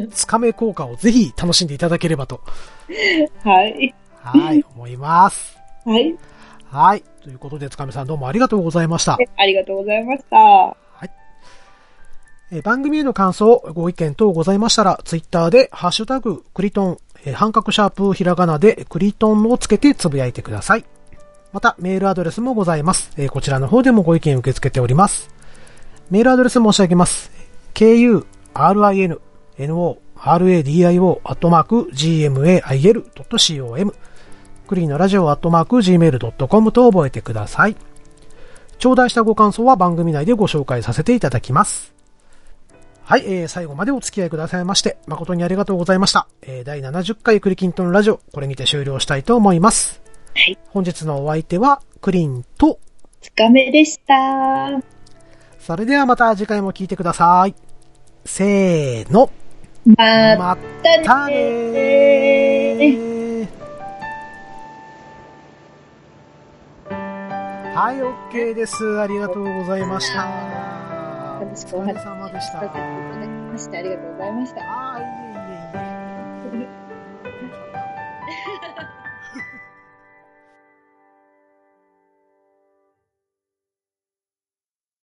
つかめ効果をぜひ楽しんでいただければと。 はい。 はい、思います。 はい。 はい。ということで、つかめさんどうもありがとうございました。 ありがとうございました。はい。 え番組への感想、ご意見等ございましたら、ツイッターで、ハッシュタグ、クリトン、え半角シャープひらがなで、クリトンをつけてつぶやいてください。また、メールアドレスもございます。えこちらの方でもご意見受け付けております。メールアドレス申し上げます。ケーユーアールアイエヌエヌオーアールエーディーアイオー アットマーク ジーエムエーアイエル ドット コム クリーンのラジオアットマーク ジーメール ドット コム と覚えてください。頂戴したご感想は番組内でご紹介させていただきます。はい、えー、最後までお付き合いくださいまして誠にありがとうございました。えー、だいななじゅっかいクリキントンラジオ、これにて終了したいと思います。 はい。 本日のお相手はクリンとつかめでした。 それではまた次回も聞いてください。せーの。 またねー。 はい、OK です。ありがとうございました。 楽しくお話しさせていただきましてありがとうございました。 はい。